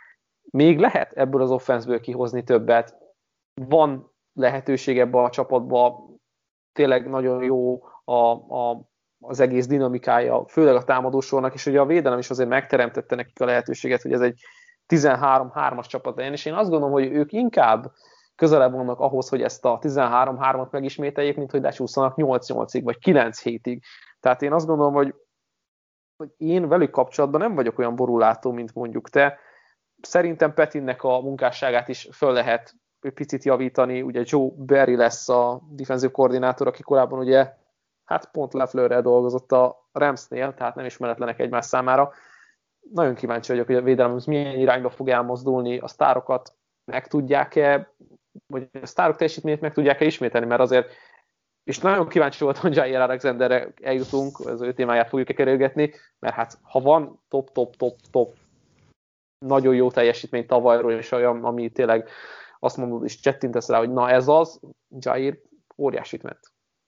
Még lehet ebből az offenszből kihozni többet. Van lehetőség ebbe a csapatba, tényleg nagyon jó a, a, az egész dinamikája, főleg a támadósornak, és ugye a védelem is azért megteremtette nekik a lehetőséget, hogy ez egy tizenhárom hármas csapat legyen, és én azt gondolom, hogy ők inkább közelebb vannak ahhoz, hogy ezt a tizenhárom hármat megismételjék, mint hogy lecsúszanak nyolc nyolcig, vagy kilenc hétig. Tehát én azt gondolom, hogy, hogy én velük kapcsolatban nem vagyok olyan borulátó, mint mondjuk te. Szerintem Petinnek a munkásságát is föl lehet picit javítani. Ugye Joe Barry lesz a defensív koordinátor, aki korábban ugye hát pont LaFleurrel dolgozott a Ramsnél, tehát nem ismeretlenek egymás számára. Nagyon kíváncsi vagyok, hogy a védelem milyen irányba fog elmozdulni, a sztárokat meg tudják-e, vagy a sztárok teljesítményét meg tudják-e ismételni, mert azért, és nagyon kíváncsi voltam, hogy Jair Alexanderre eljutunk, az ő témáját fogjuk-e kerülgetni, mert hát ha van top, top, top, top nagyon jó teljesítmény tavalyról, és olyan, ami tényleg azt mondod, és csettintesz rá, hogy na ez az, Jair óriásit ment.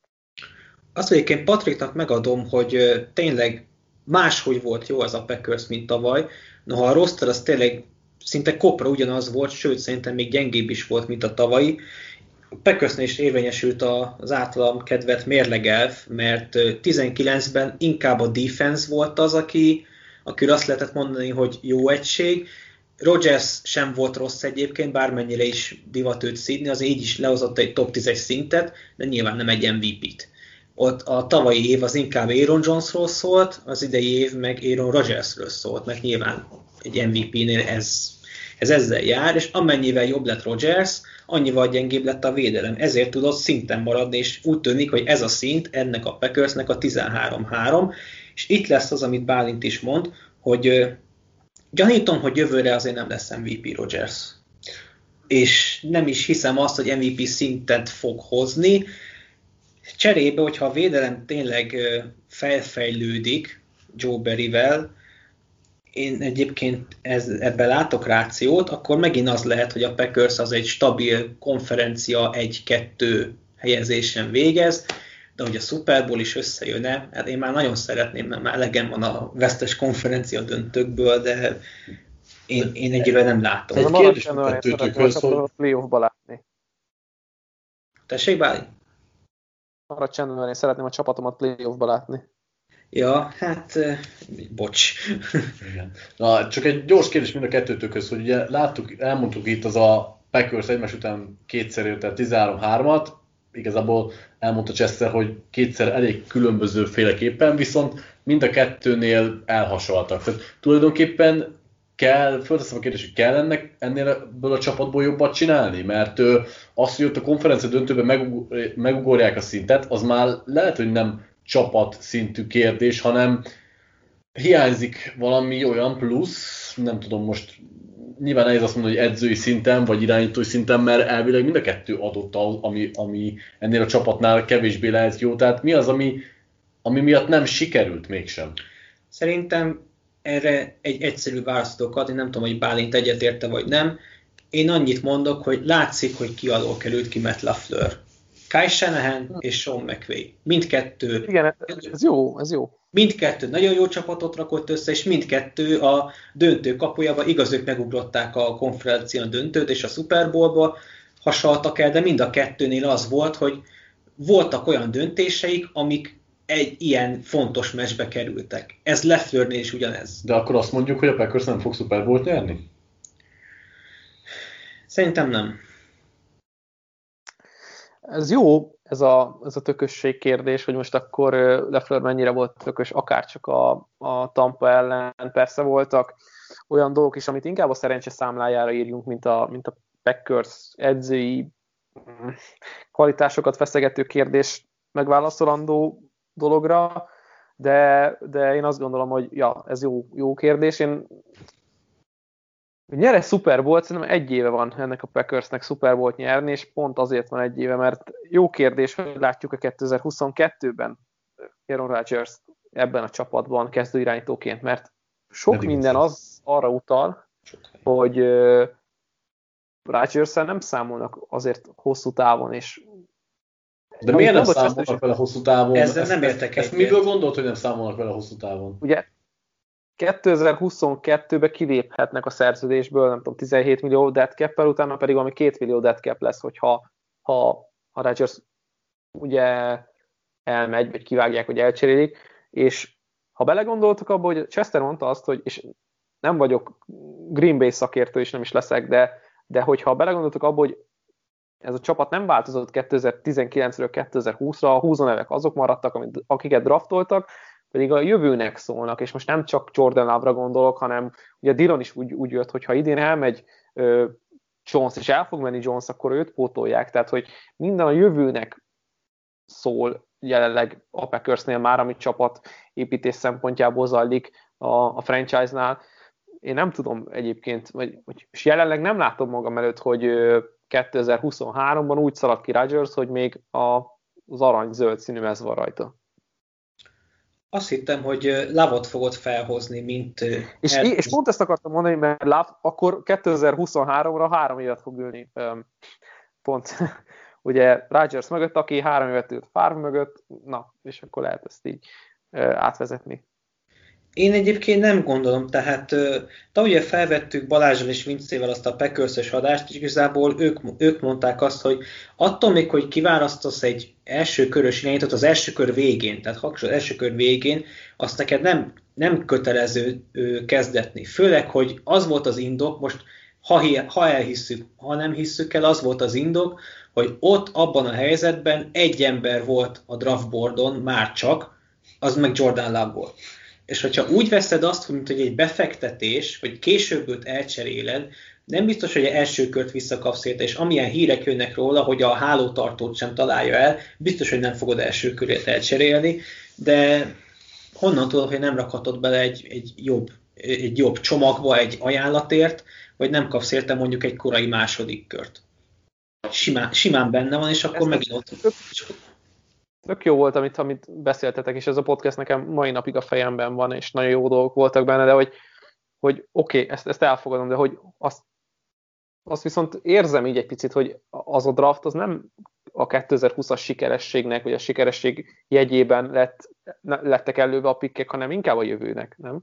Azt egyébként Patricknak megadom, hogy tényleg máshogy volt jó az a Packers, mint tavaly. Noha a roster az tényleg szinte kopra ugyanaz volt, sőt szerintem még gyengébb is volt, mint a tavalyi. A Packersnél is érvényesült az általam kedvelt mérlegelv, mert tizenkilencben inkább a defense volt az, aki, akiről azt lehetett mondani, hogy jó egység. Rodgers sem volt rossz egyébként, bármennyire is divat őt szídni, az így is lehozott egy top tízes szintet, de nyilván nem egy em vé pét. Ott a tavalyi év az inkább Aaron Jonesról szólt, az idei év meg Aaron Rodgersről szólt, mert nyilván egy em vé pé-nél ez, ez ezzel jár, és amennyivel jobb lett Rodgers, annyival gyengébb lett a védelem. Ezért tudott szinten maradni, és úgy tűnik, hogy ez a szint ennek a Packersnek a tizenhárom három, és itt lesz az, amit Bálint is mond, hogy uh, gyanítom, hogy jövőre azért nem lesz em vé pé Rodgers. És nem is hiszem azt, hogy em vé pé szintet fog hozni. Cserébe, hogyha a védelem tényleg uh, felfejlődik Joe Barryvel, én egyébként ez, ebben látok rációt, akkor megint az lehet, hogy a Packers az egy stabil konferencia egy-kettő helyezésen végez, de hogy a Super Bowl is összejönne, hát én már nagyon szeretném, mert már elegem van a vesztes konferencia döntőkből, de én, én egyébként nem látom. Ez a kérdés mindkettőtökhöz, hogy a playoffba látni. Tessék, Báli? Arra csendben, én szeretném a csapatomat playoffba látni. Ja, hát, bocs. Igen. Na, csak egy gyors kérdés mind a kettőtökhöz, hogy ugye láttuk, elmondtuk itt az a Packers egymás után kétszer jött el tizenhárom hármat, igazából elmondta Chester, hogy kétszer elég különböző féleképpen, viszont mind a kettőnél elhasaltak. Tehát tulajdonképpen kell, fölteszem a kérdést, hogy kell ennek, ennél ebből a csapatból jobbat csinálni? Mert ö, az, hogy ott a konferencia döntőben megug, megugorják a szintet, az már lehet, hogy nem csapat szintű kérdés, hanem hiányzik valami olyan plusz, nem tudom most, nyilván nehéz azt mondani, hogy edzői szinten, vagy irányítói szinten, mert elvileg mind a kettő adott, ami, ami ennél a csapatnál kevésbé lehet jó. Tehát mi az, ami, ami miatt nem sikerült mégsem? Szerintem erre egy egyszerű választ tudok adni, nem tudom, hogy Bálint egyetérte vagy nem. Én annyit mondok, hogy látszik, hogy ki alól került ki Matt LaFleur. Kyle Shanahan és Sean McVay. Mindkettő. Igen, ez jó, ez jó. Mindkettő nagyon jó csapatot rakott össze, és mindkettő a döntő kapujában, igaz, ők megugrották a konferencia döntőt, és a Super Bowlba hasaltak el, de mind a kettőnél az volt, hogy voltak olyan döntéseik, amik egy ilyen fontos meccsbe kerültek. Ez LaFleurnél is ugyanez. De akkor azt mondjuk, hogy a Packers nem fog Super Bowl-t nyerni? Szerintem nem. Ez jó, ez a, ez a tökösség kérdés, hogy most akkor LaFleur mennyire volt tökös, akárcsak a, a Tampa ellen. Persze voltak olyan dolgok is, amit inkább a szerencse számlájára írjunk, mint a, mint a Packers edzői kvalitásokat feszegető kérdés megválaszolandó dologra, de, de én azt gondolom, hogy ja, ez jó, jó kérdés. Én nyere Super Bowl, szerintem egy éve van ennek a Packersnek Super Bowl-t nyerni, és pont azért van egy éve, mert jó kérdés, hogy látjuk a kétezer-huszonkettőben Aaron Rodgers ebben a csapatban kezdőirányítóként, mert sok Eddig minden az arra utal, hogy uh, Rodgers-szel nem számolnak azért hosszú távon, és de miért nem számolnak vele hosszú távon? Ezzel nem értek Ezt miből gondolt, hogy nem számolnak vele hosszú távon? Ugye kétezer-huszonkettőben kiléphetnek a szerződésből, nem tudom, tizenhét millió dead cap-el, utána pedig valami két millió dead cap lesz, hogyha ha, ha Rodgers ugye elmegy, vagy kivágják, vagy elcserélik, és ha belegondoltok abba, hogy Chester mondta azt, hogy, és nem vagyok Green Bay szakértő, és nem is leszek, de, de hogyha belegondoltok abba, hogy ez a csapat nem változott kétezer-tizenkilencről kétezer-húszra, a húzónevek azok maradtak, amit, akiket draftoltak, pedig a jövőnek szólnak, és most nem csak Jordan Love-ra gondolok, hanem ugye Dillon is úgy, úgy jött, hogy ha idén elmegy ö, Jones, és el fog menni Jones, akkor őt pótolják, tehát hogy minden a jövőnek szól jelenleg a Packersnél már, amit csapat építés szempontjából zajlik a, a franchise-nál. Én nem tudom egyébként, vagy, és jelenleg nem látom magam előtt, hogy kétezer-huszonháromban úgy szalad ki Rodgers, hogy még a, az arany-zöld színű mez van rajta. Azt hittem, hogy Love-ot fogod felhozni, mint... És, el... és pont ezt akartam mondani, mert Love akkor kétezer-huszonháromra három évet fog ülni. Pont. Ugye Rodgers mögött, aki három évet ült Favre mögött, na, és akkor lehet ezt így átvezetni. Én egyébként nem gondolom, tehát de ugye felvettük Balázsral és Vincével azt a Packers-ös adást, és igazából ők, ők mondták azt, hogy attól még, hogy kiválasztasz egy első körös irányítót az első kör végén, tehát ha az első kör végén, azt neked nem, nem kötelező kezdetni. Főleg, hogy az volt az indok, most ha, ha elhisszük, ha nem hisszük el, az volt az indok, hogy ott abban a helyzetben egy ember volt a draftboardon már csak, az meg Jordan Love volt. És hogyha úgy veszed azt, mint hogy egy befektetés, vagy később őt elcseréled, nem biztos, hogy első kört visszakapsz érte, és amilyen hírek jönnek róla, hogy a hálótartót sem találja el, biztos, hogy nem fogod első körét elcserélni, de honnan tudod, hogy nem rakhatod bele egy, egy, jobb, egy jobb csomagba egy ajánlatért, vagy nem kapsz érte mondjuk egy korai második kört. Simán, simán benne van, és akkor megint ott... Tök jó volt, amit, amit beszéltetek, és ez a podcast nekem mai napig a fejemben van, és nagyon jó dolgok voltak benne, de hogy, hogy oké, okay, ezt, ezt elfogadom, de hogy azt, azt viszont érzem így egy picit, hogy az a draft az nem a kétezer-húszas sikerességnek, vagy a sikeresség jegyében lett, lettek előve a pikkek, hanem inkább a jövőnek, nem?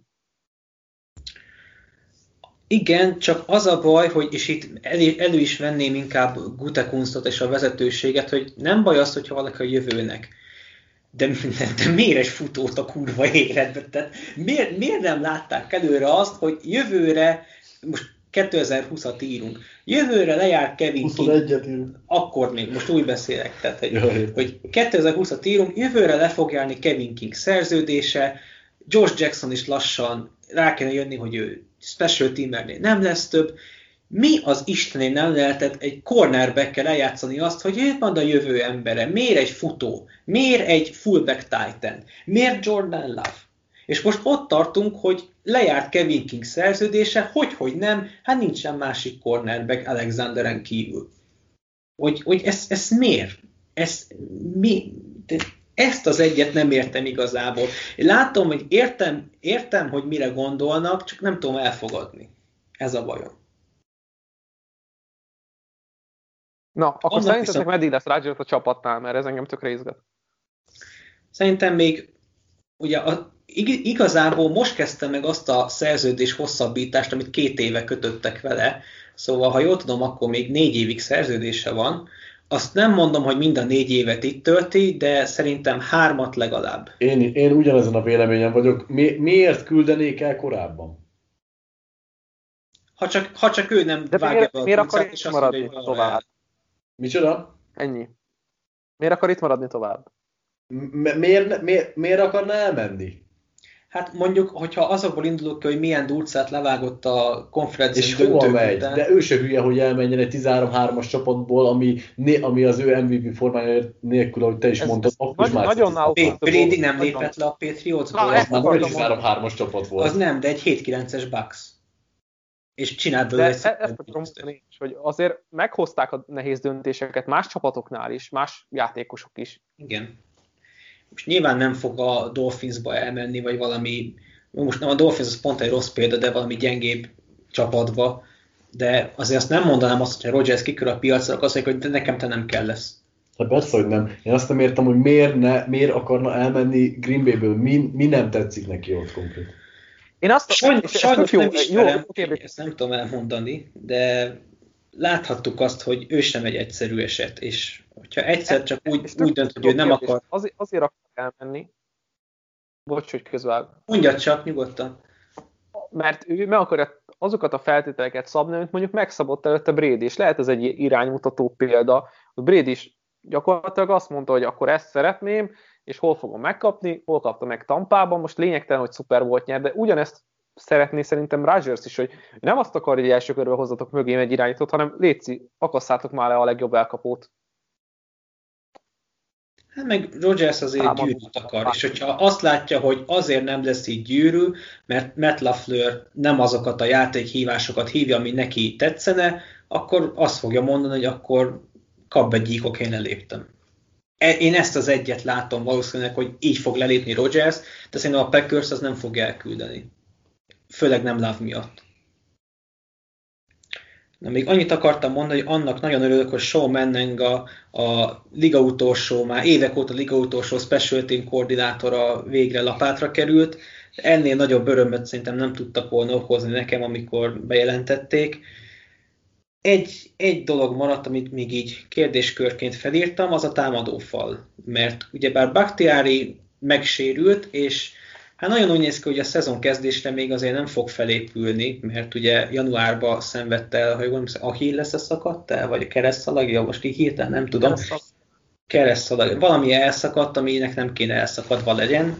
Igen, csak az a baj, hogy, és itt elő, elő is venném inkább Gutekunsztot és a vezetőséget, hogy nem baj az, hogyha valaki a jövőnek. De, de, de miért egy futót a kurva életbe? Tehát miért, miért nem látták előre azt, hogy jövőre, most kétezer-húszat írunk, jövőre lejár Kevin King, akkor még, most úgy beszélek, tehát hogy, hogy kétezer-húszat írunk, jövőre le fog járni Kevin King szerződése, Josh Jackson is lassan rá kell jönni, hogy ő special teamernél nem lesz több. Mi az Istenén nem lehetett egy cornerback-kel eljátszani azt, hogy ő van a jövő embere? Miért egy futó? Miért egy fullback titan? Miért Jordan Love? És most ott tartunk, hogy lejárt Kevin King szerződése, hogy, hogy nem, hát nincsen másik cornerback Alexanderen kívül. Hogy, hogy ez, ez miért? Ez mi... Ezt az egyet nem értem igazából. Én látom, hogy értem, értem, hogy mire gondolnak, csak nem tudom elfogadni. Ez a bajom. Na, akkor Annak szerintetek viszont... meddig lesz Rodgers a csapatnál, mert ez engem tökre izgat. Szerintem még ugye a, igazából most kezdte meg azt a szerződés hosszabbítást, amit két éve kötöttek vele. Szóval, ha jól tudom, akkor még négy évig szerződése van. Azt nem mondom, hogy mind a négy évet itt tölti, de szerintem hármat legalább. Én, én ugyanezen a véleményen vagyok. Mi, miért küldenék el korábban? Ha csak, ha csak ő nem de vágja be a miért akar itt maradni mondja, tovább? Micsoda? Ennyi. Miért akar itt maradni tovább? M- miért, miért, miért akarna elmenni? Hát mondjuk, hogyha azokból indulok ki, hogy milyen durcát levágott a konferencia döntők után. És hova megy? De ő se hülye, hogy elmenjen egy tizenhárom hármas csapatból, ami, ami az ő em vé pé formája nélkül, ahogy te is ez, mondtad. Ez nagy, nagyon Brady nem lépett le a Patriotsból. Az már egy tizenhárom hármas csapat volt. Az nem, de egy hét kilences Bucks. És csinált belőle egy ezt tudom mondani, hogy azért meghozták a nehéz döntéseket más csapatoknál is, más játékosok is. Igen. Most nyilván nem fog a Dolphinsba elmenni, vagy valami, most nem a Dolphins az pont egy rossz példa, de valami gyengébb csapatba, de azért azt nem mondanám azt, hogy Rodgers kikör a piacra, akkor azt mondják, hogy de nekem te nem kell lesz. Hát persze, hogy nem. Én azt nem értem, hogy miért, ne, miért akarna elmenni Green Bay-ből, mi, mi nem tetszik neki ott konkrét. Én azt sajnos, sajnos nem ismerem, jó, ezt nem tudom elmondani, de láthattuk azt, hogy ő sem egy egyszerű eset, és hogyha egyszer csak úgy, úgy dönt, hogy ő nem akar... Azért, azért akar elmenni. Bocs, hogy közvág. Mondjad csak, nyugodtan. Mert ő meg akarja azokat a feltételeket szabni, amit mondjuk megszabott előtte Brady, és lehet ez egy iránymutató példa. Brady is gyakorlatilag azt mondta, hogy akkor ezt szeretném, és hol fogom megkapni, hol kapta meg Tampában, most lényegtelen, hogy szuper volt nyer, de ugyanezt szeretné szerintem Rodgers is, hogy nem azt akar, hogy első körül hozzatok mögém egy irányítót, hanem létszi, akasszátok már le a legjobb elkapót. Hát meg Rodgers azért Ámad. gyűrűt akar, és hogyha azt látja, hogy azért nem lesz így gyűrű, mert Matt LaFleur nem azokat a játékhívásokat hívja, ami neki tetszene, akkor azt fogja mondani, hogy akkor kap egy gyíkok, én leléptem. Én ezt az egyet látom valószínűleg, hogy így fog lelépni Rodgers, de szerintem a Packers az nem fog elküldeni. Főleg nem Love miatt. Na, még annyit akartam mondani, hogy annak nagyon örülök, hogy Sean Manning a, a liga utolsó, már évek óta liga utolsó special team koordinátora végre lapátra került. Ennél nagyobb örömöt szerintem nem tudtak volna okozni nekem, amikor bejelentették. Egy, egy dolog maradt, amit még így kérdéskörként felírtam, az a támadófal. Mert ugyebár Bakhtiari megsérült, és hát nagyon úgy néz ki, hogy a szezon kezdésre még azért nem fog felépülni, mert ugye januárban szenvedte el, ha jól Achilles-e szakadt el, vagy a keresztszalagja, most így hirtelen nem tudom. Keresztszalag. Valami elszakadt, aminek nem kéne elszakadva legyen.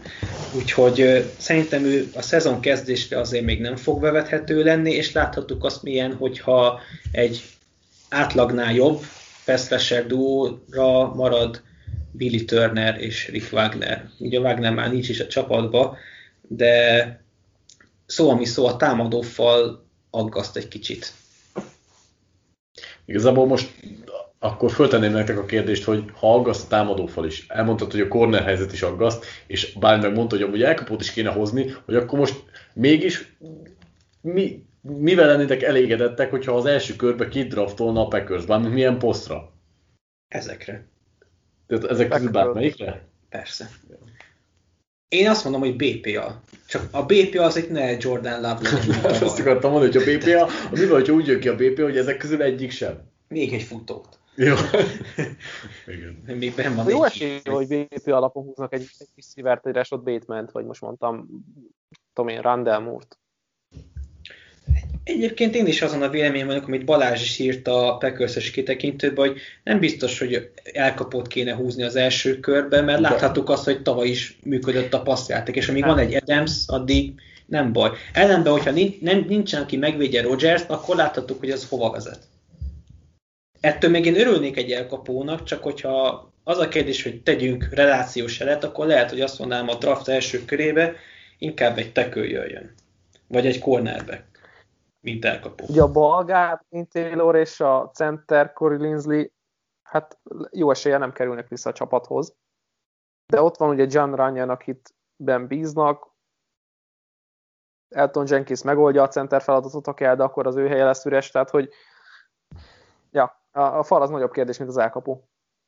Úgyhogy ö, szerintem ő a szezon kezdésre azért még nem fog bevethető lenni, és láthatjuk azt milyen, hogyha egy átlagnál jobb pass-rusher duóra marad Billy Turner és Rick Wagner. Ugye Wagner már nincs is a csapatba, de szó, ami szó, a támadófal aggaszt egy kicsit. Igazából most akkor föltenném nektek a kérdést, hogy ha aggaszt a támadófal is, elmondtad, hogy a corner helyzet is aggaszt, és Bálint meg mondta, hogy amúgy elkapót is kéne hozni, hogy akkor most mégis mi, mivel lennétek elégedettek, hogyha az első körbe kidraftolna a Packers, bármint milyen posztra? Ezekre. Tehát ezek közül bármelyikre? Persze. Én azt mondom, hogy bé pé á. Csak a bé pé á az egy ne Jordan Love legyen. Azt akartam mondani, hogy a bé pé á, mi van, hogyha úgy jön ki a bé pé á, hogy ezek közül egyik sem? Még egy futót. Jó. Igen. Még benn van Jó egy esély, hogy bé pé alapon húznak egy, egy kis szívert, egy Rashad Bateman-t, vagy most mondtam, tudom én, Randall Moore-t. Egyébként én is azon a vélemény vagyok, amit Balázs is írt a Packers-es kitekintőben, hogy nem biztos, hogy elkapót kéne húzni az első körben, mert láthattuk azt, hogy tavaly is működött a passzjáték, és amíg van egy Adams, addig nem baj. Ellenben, hogyha nem, nincsen, aki megvédje Rodgers-t, akkor láthattuk, hogy ez hova vezet. Ettől még én örülnék egy elkapónak, csak hogyha az a kérdés, hogy tegyünk relációs elet, akkor lehet, hogy azt mondanám a draft első körébe, inkább egy tackle jöjjön. Vagy egy cornerback, mint elkapó. Ugye a balgár, mint Taylor és a center Corey Linsley, hát jó eséllyel nem kerülnek vissza a csapathoz. De ott van ugye John Runyan, akit ben bíznak, Elton Jenkins megoldja a center feladatot, ha kell, de akkor az ő helye lesz üres, tehát hogy ja, a, a fal az nagyobb kérdés, mint az elkapó.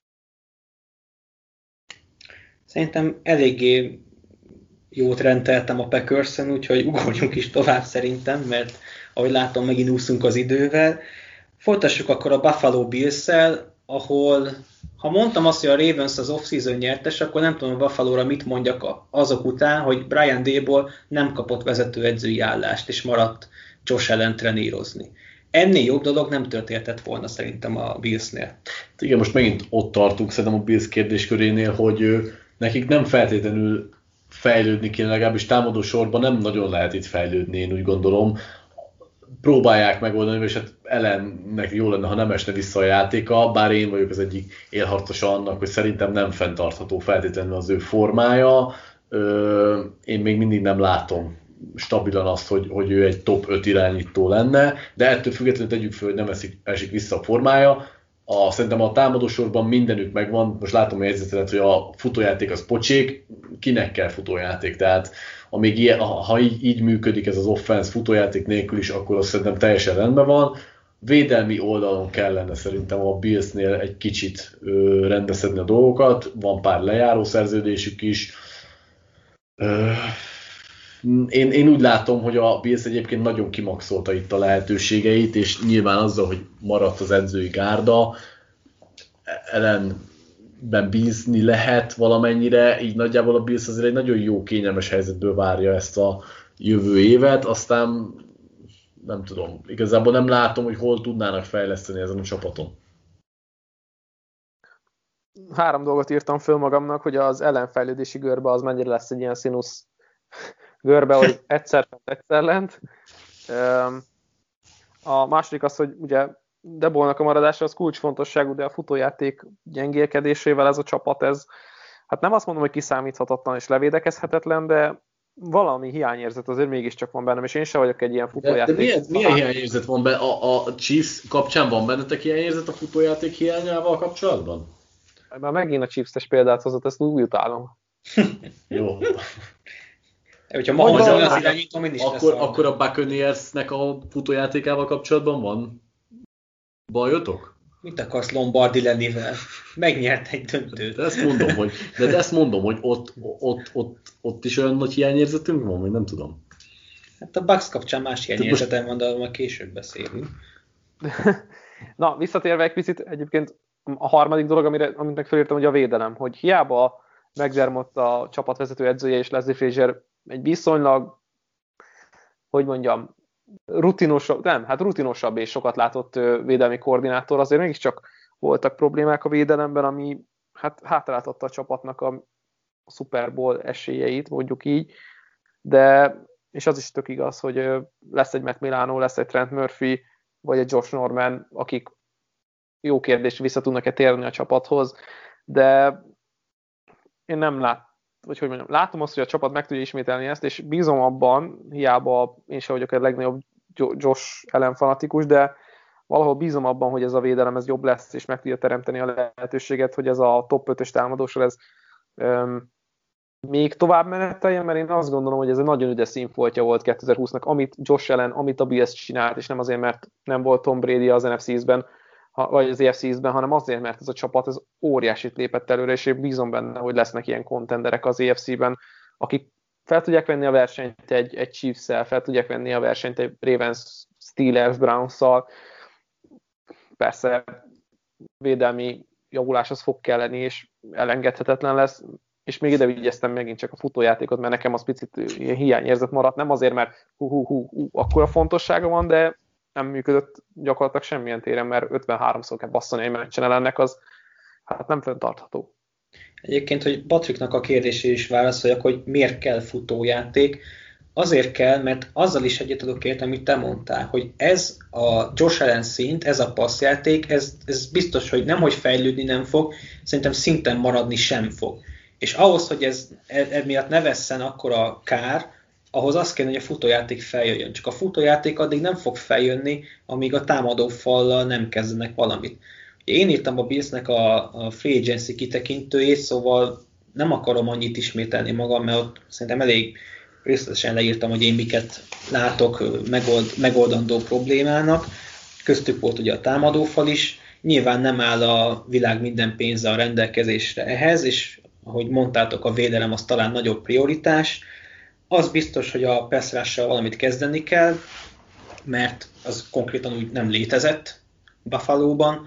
Szerintem eléggé jót rendeltem a Packersen, úgyhogy ugorjunk is tovább szerintem, mert ahogy látom, megint úszunk az idővel. Folytassuk akkor a Buffalo Bills-szel, ahol ha mondtam azt, hogy a Ravens az off-season nyertes, akkor nem tudom a Buffalo-ra mit mondjak azok után, hogy Brian Daboll nem kapott vezetőedzői állást, és maradt Josh Allen trenírozni. Ennél jobb dolog nem történhetett volna szerintem a Billsnél. Igen, most megint ott tartunk szerintem a Bills kérdéskörénél, hogy nekik nem feltétlenül fejlődni kéne, legalábbis támadó sorban nem nagyon lehet itt fejlődni, én úgy gondolom. Próbálják megoldani, és hát Allennek jó lenne, ha nem esne vissza a játéka, bár én vagyok az egyik élharcosa annak, hogy szerintem nem fenntartható feltétlenül az ő formája. Én még mindig nem látom stabilan azt, hogy, hogy ő egy top öt irányító lenne, de ettől függetlenül tegyük föl, hogy nem esik, esik vissza a formája. A, szerintem a támadósorban mindenük megvan, most látom a jegyzetelet, hogy a futójáték az pocsék, kinek kell futójáték, tehát amíg ilyen, ha így, így működik ez az offense futójáték nélkül is, akkor azt szerintem teljesen rendben van. Védelmi oldalon kellene szerintem a Billsnél egy kicsit ö, rendezedni a dolgokat, van pár lejáró szerződésük is. Ö, Én, én úgy látom, hogy a Bills egyébként nagyon kimaxolta itt a lehetőségeit, és nyilván azzal, hogy maradt az edzői gárda, ellenben bízni lehet valamennyire, így nagyjából a Bills azért egy nagyon jó, kényelmes helyzetből várja ezt a jövő évet, aztán nem tudom, igazából nem látom, hogy hol tudnának fejleszteni ezen a csapaton. Három dolgot írtam föl magamnak, hogy az ellenfejlődési görbe az mennyire lesz egy ilyen színusz görbe, hogy egyszer fent, egyszer lent. A második az, hogy ugye Dabollnak a maradása az kulcsfontosságú, de a futójáték gyengélkedésével ez a csapat, ez hát nem azt mondom, hogy kiszámíthatatlan és levédekezhetetlen, de valami hiányérzet azért mégiscsak van bennem, és én sem vagyok egy ilyen futójáték. De, de milyen, milyen hiányérzet van benne? A, a Chiefs kapcsán van bennetek hiányérzet a futójáték hiányával kapcsolatban? Már megint a Chiefs-es példát hozott, ezt úgy utálom. Jó. Hogyha ma hozzá az irányítom, én is akkor, akkor a Buccaneersnek a futójátékával kapcsolatban van bajotok? Mit akarsz Lombardi lennivel? Megnyert egy döntőt. De ezt mondom, hogy, de ezt mondom, hogy ott, ott, ott, ott is olyan nagy hiányérzetünk van, vagy nem tudom. Hát a Bucks kapcsán más hiányérzetem van, de már később beszélünk. Na, visszatérve egy picit, egyébként a harmadik dolog, amire, amit meg felírtam, hogy a védelem, hogy hiába McDermott a csapatvezető edzője és Leslie Frazier egy viszonylag, hogy mondjam, rutinosabb, nem, hát rutinosabb és sokat látott védelmi koordinátor, azért mégiscsak voltak problémák a védelemben, ami hát hátráltatta a csapatnak a, a Super Bowl esélyeit, mondjuk így, de és az is tök igaz, hogy lesz egy Matt Milano, lesz egy Trent Murphy, vagy egy Josh Norman, akik jó kérdés, vissza tudnak-e térni a csapathoz, de én nem lát, vagy hogy mondjam, látom azt, hogy a csapat meg tudja ismételni ezt, és bízom abban, hiába én sem vagyok a legnagyobb Josh Allen fanatikus, de valahol bízom abban, hogy ez a védelem ez jobb lesz, és meg tudja teremteni a lehetőséget, hogy ez a top ötös támadósor ez um, még tovább meneteljen, mert én azt gondolom, hogy ez egy nagyon üdes színfoltja volt kétezer-húsznak, amit Josh Allen, amit a Bills csinált, és nem azért, mert nem volt Tom Brady az en ef cé East-ben, vagy az á ef cé East-ben, hanem azért, mert ez a csapat ez óriásit lépett előre, és én bízom benne, hogy lesznek ilyen kontenderek az á ef cé-ben, akik fel tudják venni a versenyt egy, egy Chiefs-szel, fel tudják venni a versenyt egy Ravens, Steelers, Browns-szal. Persze védelmi javulás az fog kelleni, és elengedhetetlen lesz, és még ide vigyeztem megint csak a futójátékot, mert nekem az picit ilyen hiányérzet maradt, nem azért, mert hú, hú, hú, hú, akkora fontossága van, de nem működött gyakorlatilag semmilyen téren, mert ötvenháromszor kell basszani egy meccsen ennek, az hát nem fenntartható. Egyébként, hogy Patricknak a kérdésére is válaszoljak, hogy miért kell futójáték. Azért kell, mert azzal is egyet tudok érteni, amit te mondtál, hogy ez a Josh Allen szint, ez a passzjáték, ez, ez biztos, hogy nem, hogy fejlődni nem fog, szerintem szinten maradni sem fog. És ahhoz, hogy ez emiatt ne vesszen akkora kár, ahhoz azt kéne, hogy a futójáték feljöjjön. Csak a futójáték addig nem fog feljönni, amíg a támadó fallal nem kezdenek valamit. Én írtam a Billsnek a, a Free Agency kitekintőjét, szóval nem akarom annyit ismételni magam, mert ott szerintem elég részletesen leírtam, hogy én miket látok megold, megoldandó problémának. Köztük volt ugye a támadófal is. Nyilván nem áll a világ minden pénze a rendelkezésre ehhez, és ahogy mondtátok, a védelem az talán nagyobb prioritás. Az biztos, hogy a pass rush-sal valamit kezdeni kell, mert az konkrétan úgy nem létezett Buffalo-ban.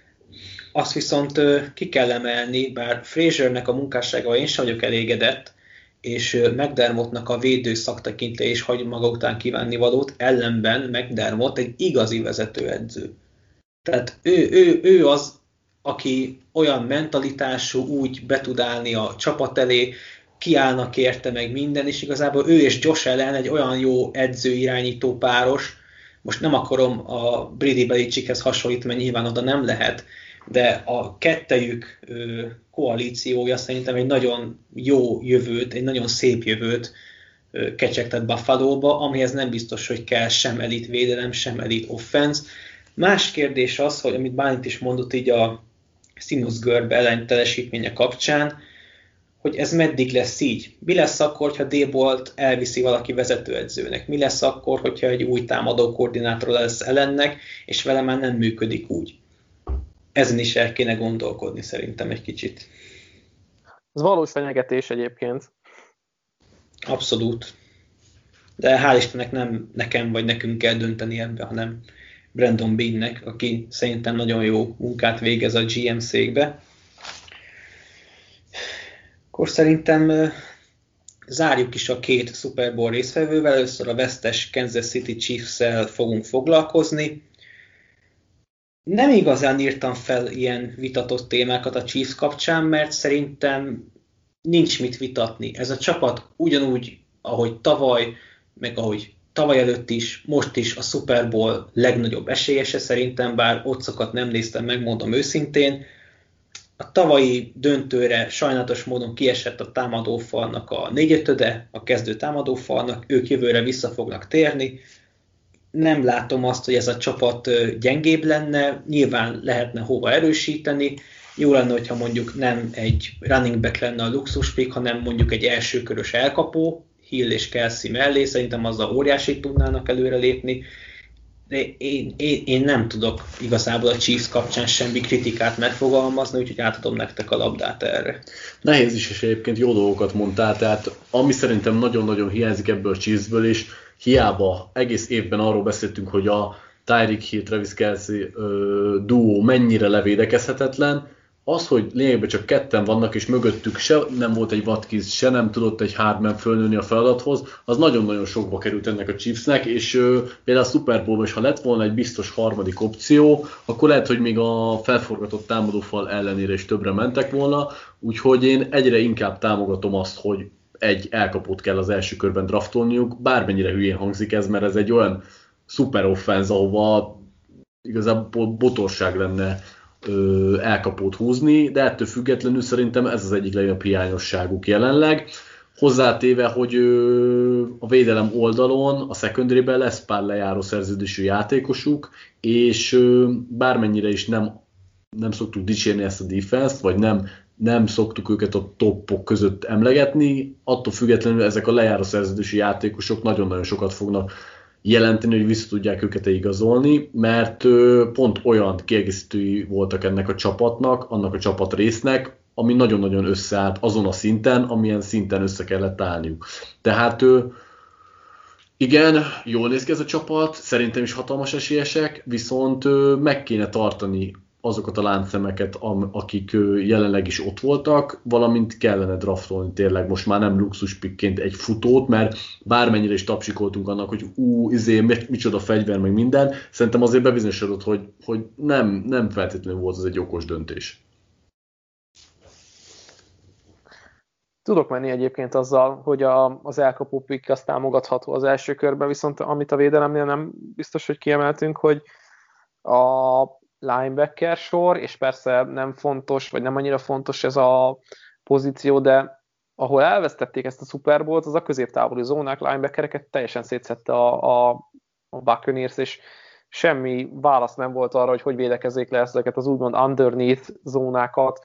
Azt viszont ki kell emelni, bár Fraziernek a munkásságával én sem vagyok elégedett, és McDermottnak a védő szaktekintély is hagy maga után kívánni valót, ellenben McDermott egy igazi vezetőedző. Tehát ő, ő, ő az, aki olyan mentalitású, úgy be tud állni a csapat elé, kiállnak érte meg minden, és igazából ő és Josh Allen egy olyan jó edző-irányító páros, most nem akarom a Brady Belichickhez hasonlítani, mert nyilván oda nem lehet, de a kettejük ö, koalíciója szerintem egy nagyon jó jövőt, egy nagyon szép jövőt ö, kecsegtet Buffalo-ba, amihez nem biztos, hogy kell sem elit védelem, sem elit offense. Más kérdés az, hogy amit Bálint is mondott így a Sinus görbe ellentelesítménye kapcsán, hogy ez meddig lesz így. Mi lesz akkor, ha D-Bolt elviszi valaki vezetőedzőnek? Mi lesz akkor, hogyha egy új támadó koordinátor lesz ellennek, és vele már nem működik úgy? Ezen is el kéne gondolkodni szerintem egy kicsit. Ez valós fenyegetés egyébként. Abszolút. De hál' Istennek nem nekem vagy nekünk kell dönteni ebbe, hanem Brandon Beannek, aki szerintem nagyon jó munkát végez a gé em székbe. Akkor szerintem zárjuk is a két Super Bowl résztvevővel. Először a vesztes Kansas City Chiefs-szel fogunk foglalkozni. Nem igazán írtam fel ilyen vitatott témákat a Chiefs kapcsán, mert szerintem nincs mit vitatni. Ez a csapat ugyanúgy, ahogy tavaly, meg ahogy tavaly előtt is, most is a Super Bowl legnagyobb esélyese szerintem, bár otcokat nem néztem meg, mondom őszintén. A tavalyi döntőre sajnálatos módon kiesett a támadófalnak a négyötöde, a kezdő támadófalnak, ők jövőre vissza fognak térni. Nem látom azt, hogy ez a csapat gyengébb lenne, nyilván lehetne hova erősíteni. Jó lenne, hogyha mondjuk nem egy running back lenne a luxus pick, hanem mondjuk egy elsőkörös elkapó, Hill és Kelsey mellé, szerintem azzal óriásit tudnának előrelépni. De én, én, én nem tudok igazából a Chiefs kapcsán semmi kritikát megfogalmazni, úgyhogy átadom nektek a labdát erre. Nehéz is, és egyébként jó dolgokat mondtál, tehát ami szerintem nagyon-nagyon hiányzik ebből a Chiefsből is, hiába egész évben arról beszéltünk, hogy a Tyreek Hill, Travis Kelce duó mennyire levédekezhetetlen, az, hogy lényegben csak ketten vannak, és mögöttük se nem volt egy Watkins, se nem tudott egy Hardman fölnőni a feladathoz, az nagyon-nagyon sokba került ennek a Chiefsnek, és ö, például a Super Bowl-ban is, ha lett volna egy biztos harmadik opció, akkor lehet, hogy még a felforgatott támadófal ellenére is többre mentek volna, úgyhogy én egyre inkább támogatom azt, hogy egy elkapót kell az első körben draftolniuk, bármennyire hülyén hangzik ez, mert ez egy olyan szuper offense, ahova igazából botorság lenne ö, elkapót húzni, de ettől függetlenül szerintem ez az egyik legnagyobb hiányosságuk jelenleg. Hozzátéve, hogy ö, a védelem oldalon, a secondary-ben lesz pár lejáró szerződésű játékosuk, és ö, bármennyire is nem, nem szoktuk dicsérni ezt a defense-t, vagy nem, nem szoktuk őket a toppok között emlegetni, attól függetlenül ezek a lejáró szerződésű játékosok nagyon-nagyon sokat fognak jelenteni, hogy vissza tudják őket igazolni, mert pont olyan kiegészítői voltak ennek a csapatnak, annak a csapatrésznek, ami nagyon-nagyon összeállt azon a szinten, amilyen szinten össze kellett állniuk. Tehát igen, jól néz ki ez a csapat, szerintem is hatalmas esélyesek, viszont meg kéne tartani azokat a láncszemeket, akik jelenleg is ott voltak, valamint kellene draftolni tényleg most már nem luxuspikként egy futót, mert bármennyire is tapsikoltunk annak, hogy ú, izé, micsoda fegyver, meg minden, szerintem azért bebizonyosodott, hogy, hogy nem, nem feltétlenül volt ez egy okos döntés. Tudok menni egyébként azzal, hogy a, az elkapó pick az támogatható az első körben, viszont amit a védelemnél nem biztos, hogy kiemeltünk, hogy a linebacker sor, és persze nem fontos, vagy nem annyira fontos ez a pozíció, de ahol elvesztették ezt a Super Bowl-t, az a középtávoli zónák, linebackereket teljesen szétszette a, a, a Buccaneers, és semmi válasz nem volt arra, hogy hogy védekezzék le ezeket az úgymond underneath zónákat,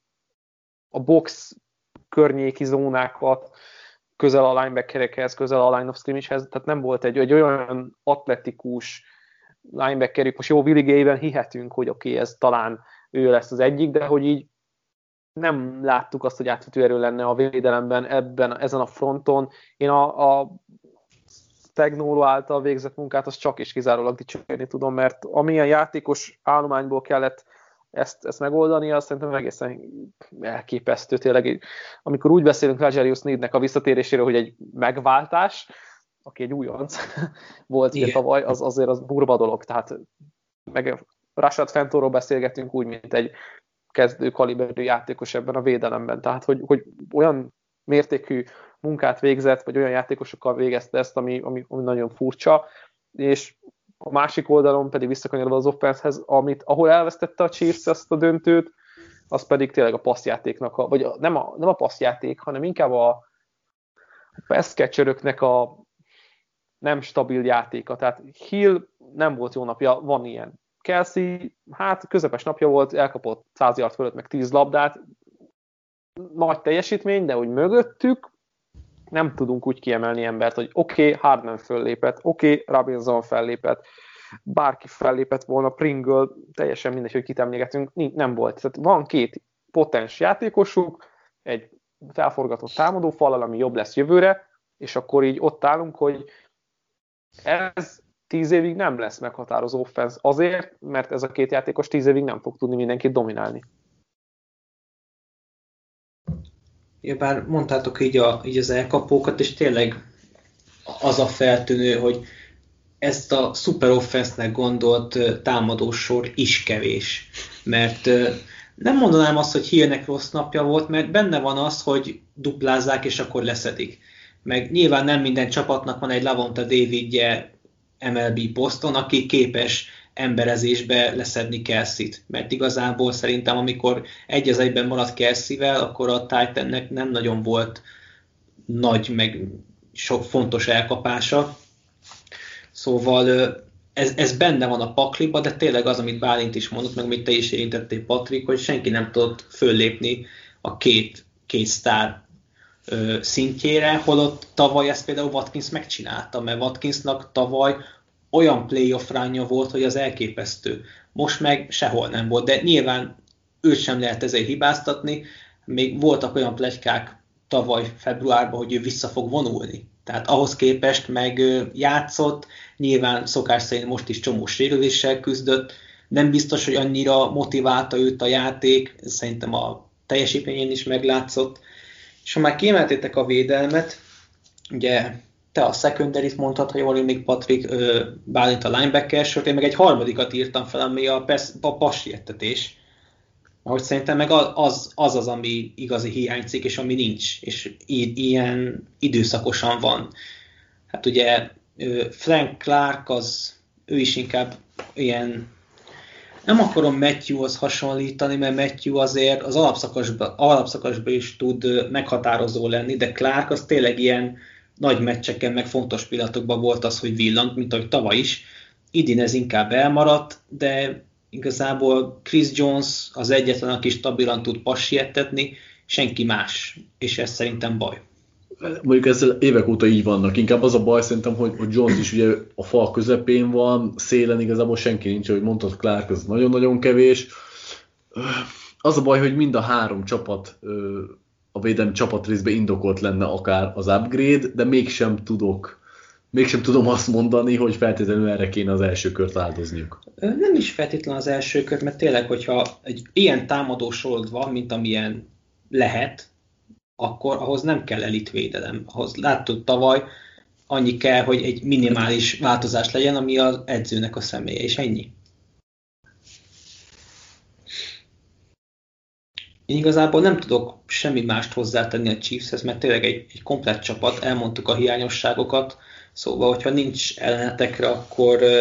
a box környéki zónákat, közel a linebackerekhez, közel a line of scrimmage-hez, tehát nem volt egy, egy olyan atletikus linebackerük, most jó, Willie Gay-ben hihetünk, hogy oké, okay, ez talán ő lesz az egyik, de hogy így nem láttuk azt, hogy átvető erő lenne a védelemben ebben, ezen a fronton. Én a, a Spagnolo által végzett munkát azt csak és kizárólag dicsérni tudom, mert amilyen játékos állományból kellett ezt, ezt megoldani, azt szerintem egészen elképesztő tényleg. Amikor úgy beszélünk L'Jarius Sneednek a visszatéréséről, hogy egy megváltás, aki egy újonc volt ugye tavaly, az azért az durva dolog. Tehát meg Rashad Fentonról beszélgetünk úgy, mint egy kezdő kaliberű játékos ebben a védelemben. Tehát, hogy, hogy olyan mértékű munkát végzett, vagy olyan játékosokkal végezte ezt, ami, ami, ami nagyon furcsa, és a másik oldalon pedig visszakanyarodva az offensehez, amit, ahol elvesztette a Chiefs ezt a döntőt, az pedig tényleg a passzjátéknak, a, vagy a, nem, a, nem a passzjáték, hanem inkább a pass catcheröknek a nem stabil játéka. Tehát Hill nem volt jó napja, van ilyen. Kelsey, hát közepes napja volt, elkapott száz yard fölött, meg tíz labdát. Nagy teljesítmény, de hogy mögöttük nem tudunk úgy kiemelni embert, hogy oké, okay, Hardman föllépett, oké, okay, Robinson fellépett, bárki fellépett volna, Pringle, teljesen mindegy, hogy kit emlégetünk, nem volt. Tehát van két potens játékosuk, egy felforgatott támadófallal, ami jobb lesz jövőre, és akkor így ott állunk, hogy ez tíz évig nem lesz meghatározó offense azért, mert ez a két játékos tíz évig nem fog tudni mindenkit dominálni. Ja, bár mondtátok így, a, így az elkapókat, és tényleg az a feltűnő, hogy ezt a szuper offense-nek gondolt támadósor is kevés. Mert nem mondanám azt, hogy Hillnek rossz napja volt, mert benne van az, hogy duplázzák, és akkor leszedik. Meg nyilván nem minden csapatnak van egy Lavonte Davidje em el bé poszton, aki képes emberezésbe leszedni Kelsey-t. Mert igazából szerintem, amikor egy az egyben maradt Kelsey-vel, akkor a Titannek nem nagyon volt nagy, meg sok fontos elkapása. Szóval ez, ez benne van a pakliba, de tényleg az, amit Bálint is mondott, meg amit te is érintettél, Patrik, hogy senki nem tudott föllépni a két, két sztár ö, szintjére, holott tavaly ezt például Watkins megcsinálta, mert Watkinsnak tavaly olyan playoff ránja volt, hogy az elképesztő. Most meg sehol nem volt, de nyilván őt sem lehet ezért hibáztatni. Még voltak olyan pletykák tavaly februárban, hogy ő vissza fog vonulni. Tehát ahhoz képest meg játszott, nyilván szokás szerint most is csomó sérüléssel küzdött, nem biztos, hogy annyira motiválta őt a játék, szerintem a teljesítményén is meglátszott. És ha már kiemeltétek a védelmet, ugye te a secondary-t mondtad, ha jól még Patrik, Bálint a linebacker sort, én meg egy harmadikat írtam fel, ami a, a passiertetés. Ahogy szerintem meg az, az az, ami igazi hiányzik, és ami nincs, és i- ilyen időszakosan van. Hát ugye Frank Clark, az, ő is inkább ilyen, nem akarom Matthewhoz hasonlítani, mert Matthew azért az alapszakasban, alapszakasban is tud meghatározó lenni, de Clark az tényleg ilyen nagy meccseken, meg fontos pillanatokban volt az, hogy villant, mint ahogy tavaly is. Idén ez inkább elmaradt, de igazából Chris Jones az egyetlen, aki stabilan tud passiertetni, senki más, és ez szerintem baj. Mondjuk ezzel évek óta így vannak. Inkább az a baj szerintem, hogy, hogy Jones is ugye a fal közepén van, szélen igazából senki nincs, ahogy mondtad, Clark, az nagyon-nagyon kevés. Az a baj, hogy mind a három csapat, a védelmi csapatrészben indokolt lenne akár az upgrade, de mégsem tudok, mégsem tudom azt mondani, hogy feltétlenül erre kéne az első kört áldozniuk. Nem is feltétlenül az első kört, mert tényleg, hogyha egy ilyen támadó sorod van, mint amilyen lehet, akkor ahhoz nem kell elitvédelem. Ahhoz láttuk tavaly, annyi kell, hogy egy minimális változás legyen, ami az edzőnek a személye, és ennyi. Én igazából nem tudok semmi mást hozzátenni a Chiefshez, mert tényleg egy, egy komplett csapat, elmondtuk a hiányosságokat, szóval, hogyha nincs ellenetekre, akkor uh,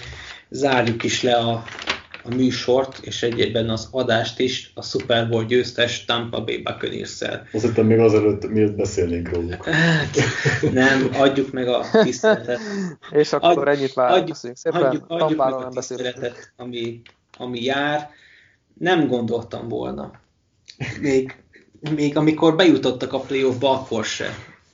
zárjuk is le a, a műsort, és egyébben az adást is a Super Bowl győztes Tampa Bay Buccaneers-szel. Azt hittem még azelőtt miért beszélnénk róluk. Hát, nem, adjuk meg a tiszteletet. És akkor Adj, ennyit már adjuk, szépen, adjuk, adjuk meg nem a tiszteletet, ami, ami jár. Nem gondoltam volna. Még, még amikor bejutottak a playoffba, akkor se.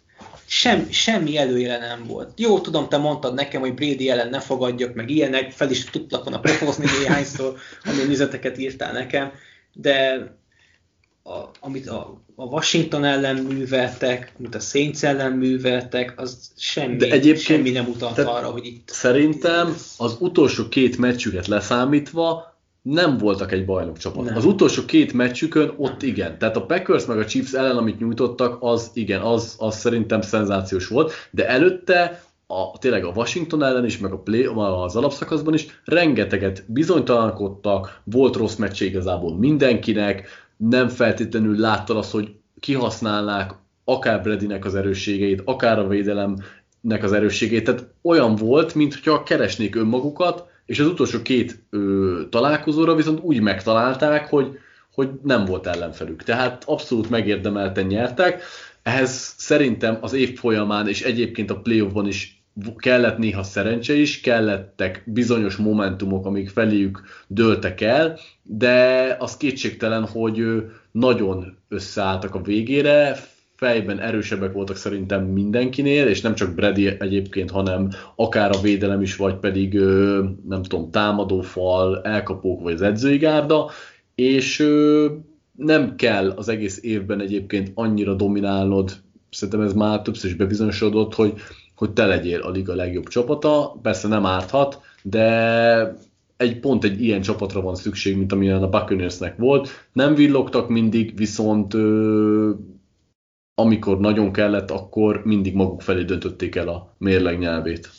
Sem, semmi előjele nem volt. Jó, tudom, te mondtad nekem, hogy Brady ellen ne fogadjak, meg ilyenek, fel is tudtak volna propozni néhányszor, amilyen üzeteket írtál nekem, de a, amit a, a Washington ellen műveltek, amit a Saints ellen műveltek, az semmi, semmi nem utalt arra, hogy itt... Szerintem az utolsó két meccsüket leszámítva nem voltak egy bajnok csapat. Nem. Az utolsó két meccsükön ott igen. Tehát a Packers meg a Chiefs ellen, amit nyújtottak, az igen, az, az szerintem szenzációs volt, de előtte a, tényleg a Washington ellen is, meg a play, az alapszakaszban is rengeteget bizonytalankodtak, volt rossz meccse igazából mindenkinek, nem feltétlenül láttad azt, hogy kihasználnák akár Bradynek az erősségeit, akár a védelemnek az erősségeit, tehát olyan volt, mintha keresnék önmagukat, és az utolsó két ö, találkozóra viszont úgy megtalálták, hogy, hogy nem volt ellenfelük. Tehát abszolút megérdemelten nyertek. Ehhez szerintem az év folyamán, és egyébként a playoffban is kellett néha szerencse is, kellettek bizonyos momentumok, amik feléjük dőltek el, de az kétségtelen, hogy nagyon összeálltak a végére, fejben erősebbek voltak szerintem mindenkinél, és nem csak Brady egyébként, hanem akár a védelem is, vagy pedig nem tudom, támadófal, elkapók, vagy az edzői gárda, és nem kell az egész évben egyébként annyira dominálnod, szerintem ez már többször is bebizonyosodott, hogy, hogy te legyél a liga legjobb csapata, persze nem árthat, de egy pont egy ilyen csapatra van szükség, mint amilyen a Buccaneersnek volt. Nem villogtak mindig, viszont amikor nagyon kellett, akkor mindig maguk felé döntötték el a mérleg nyelvét.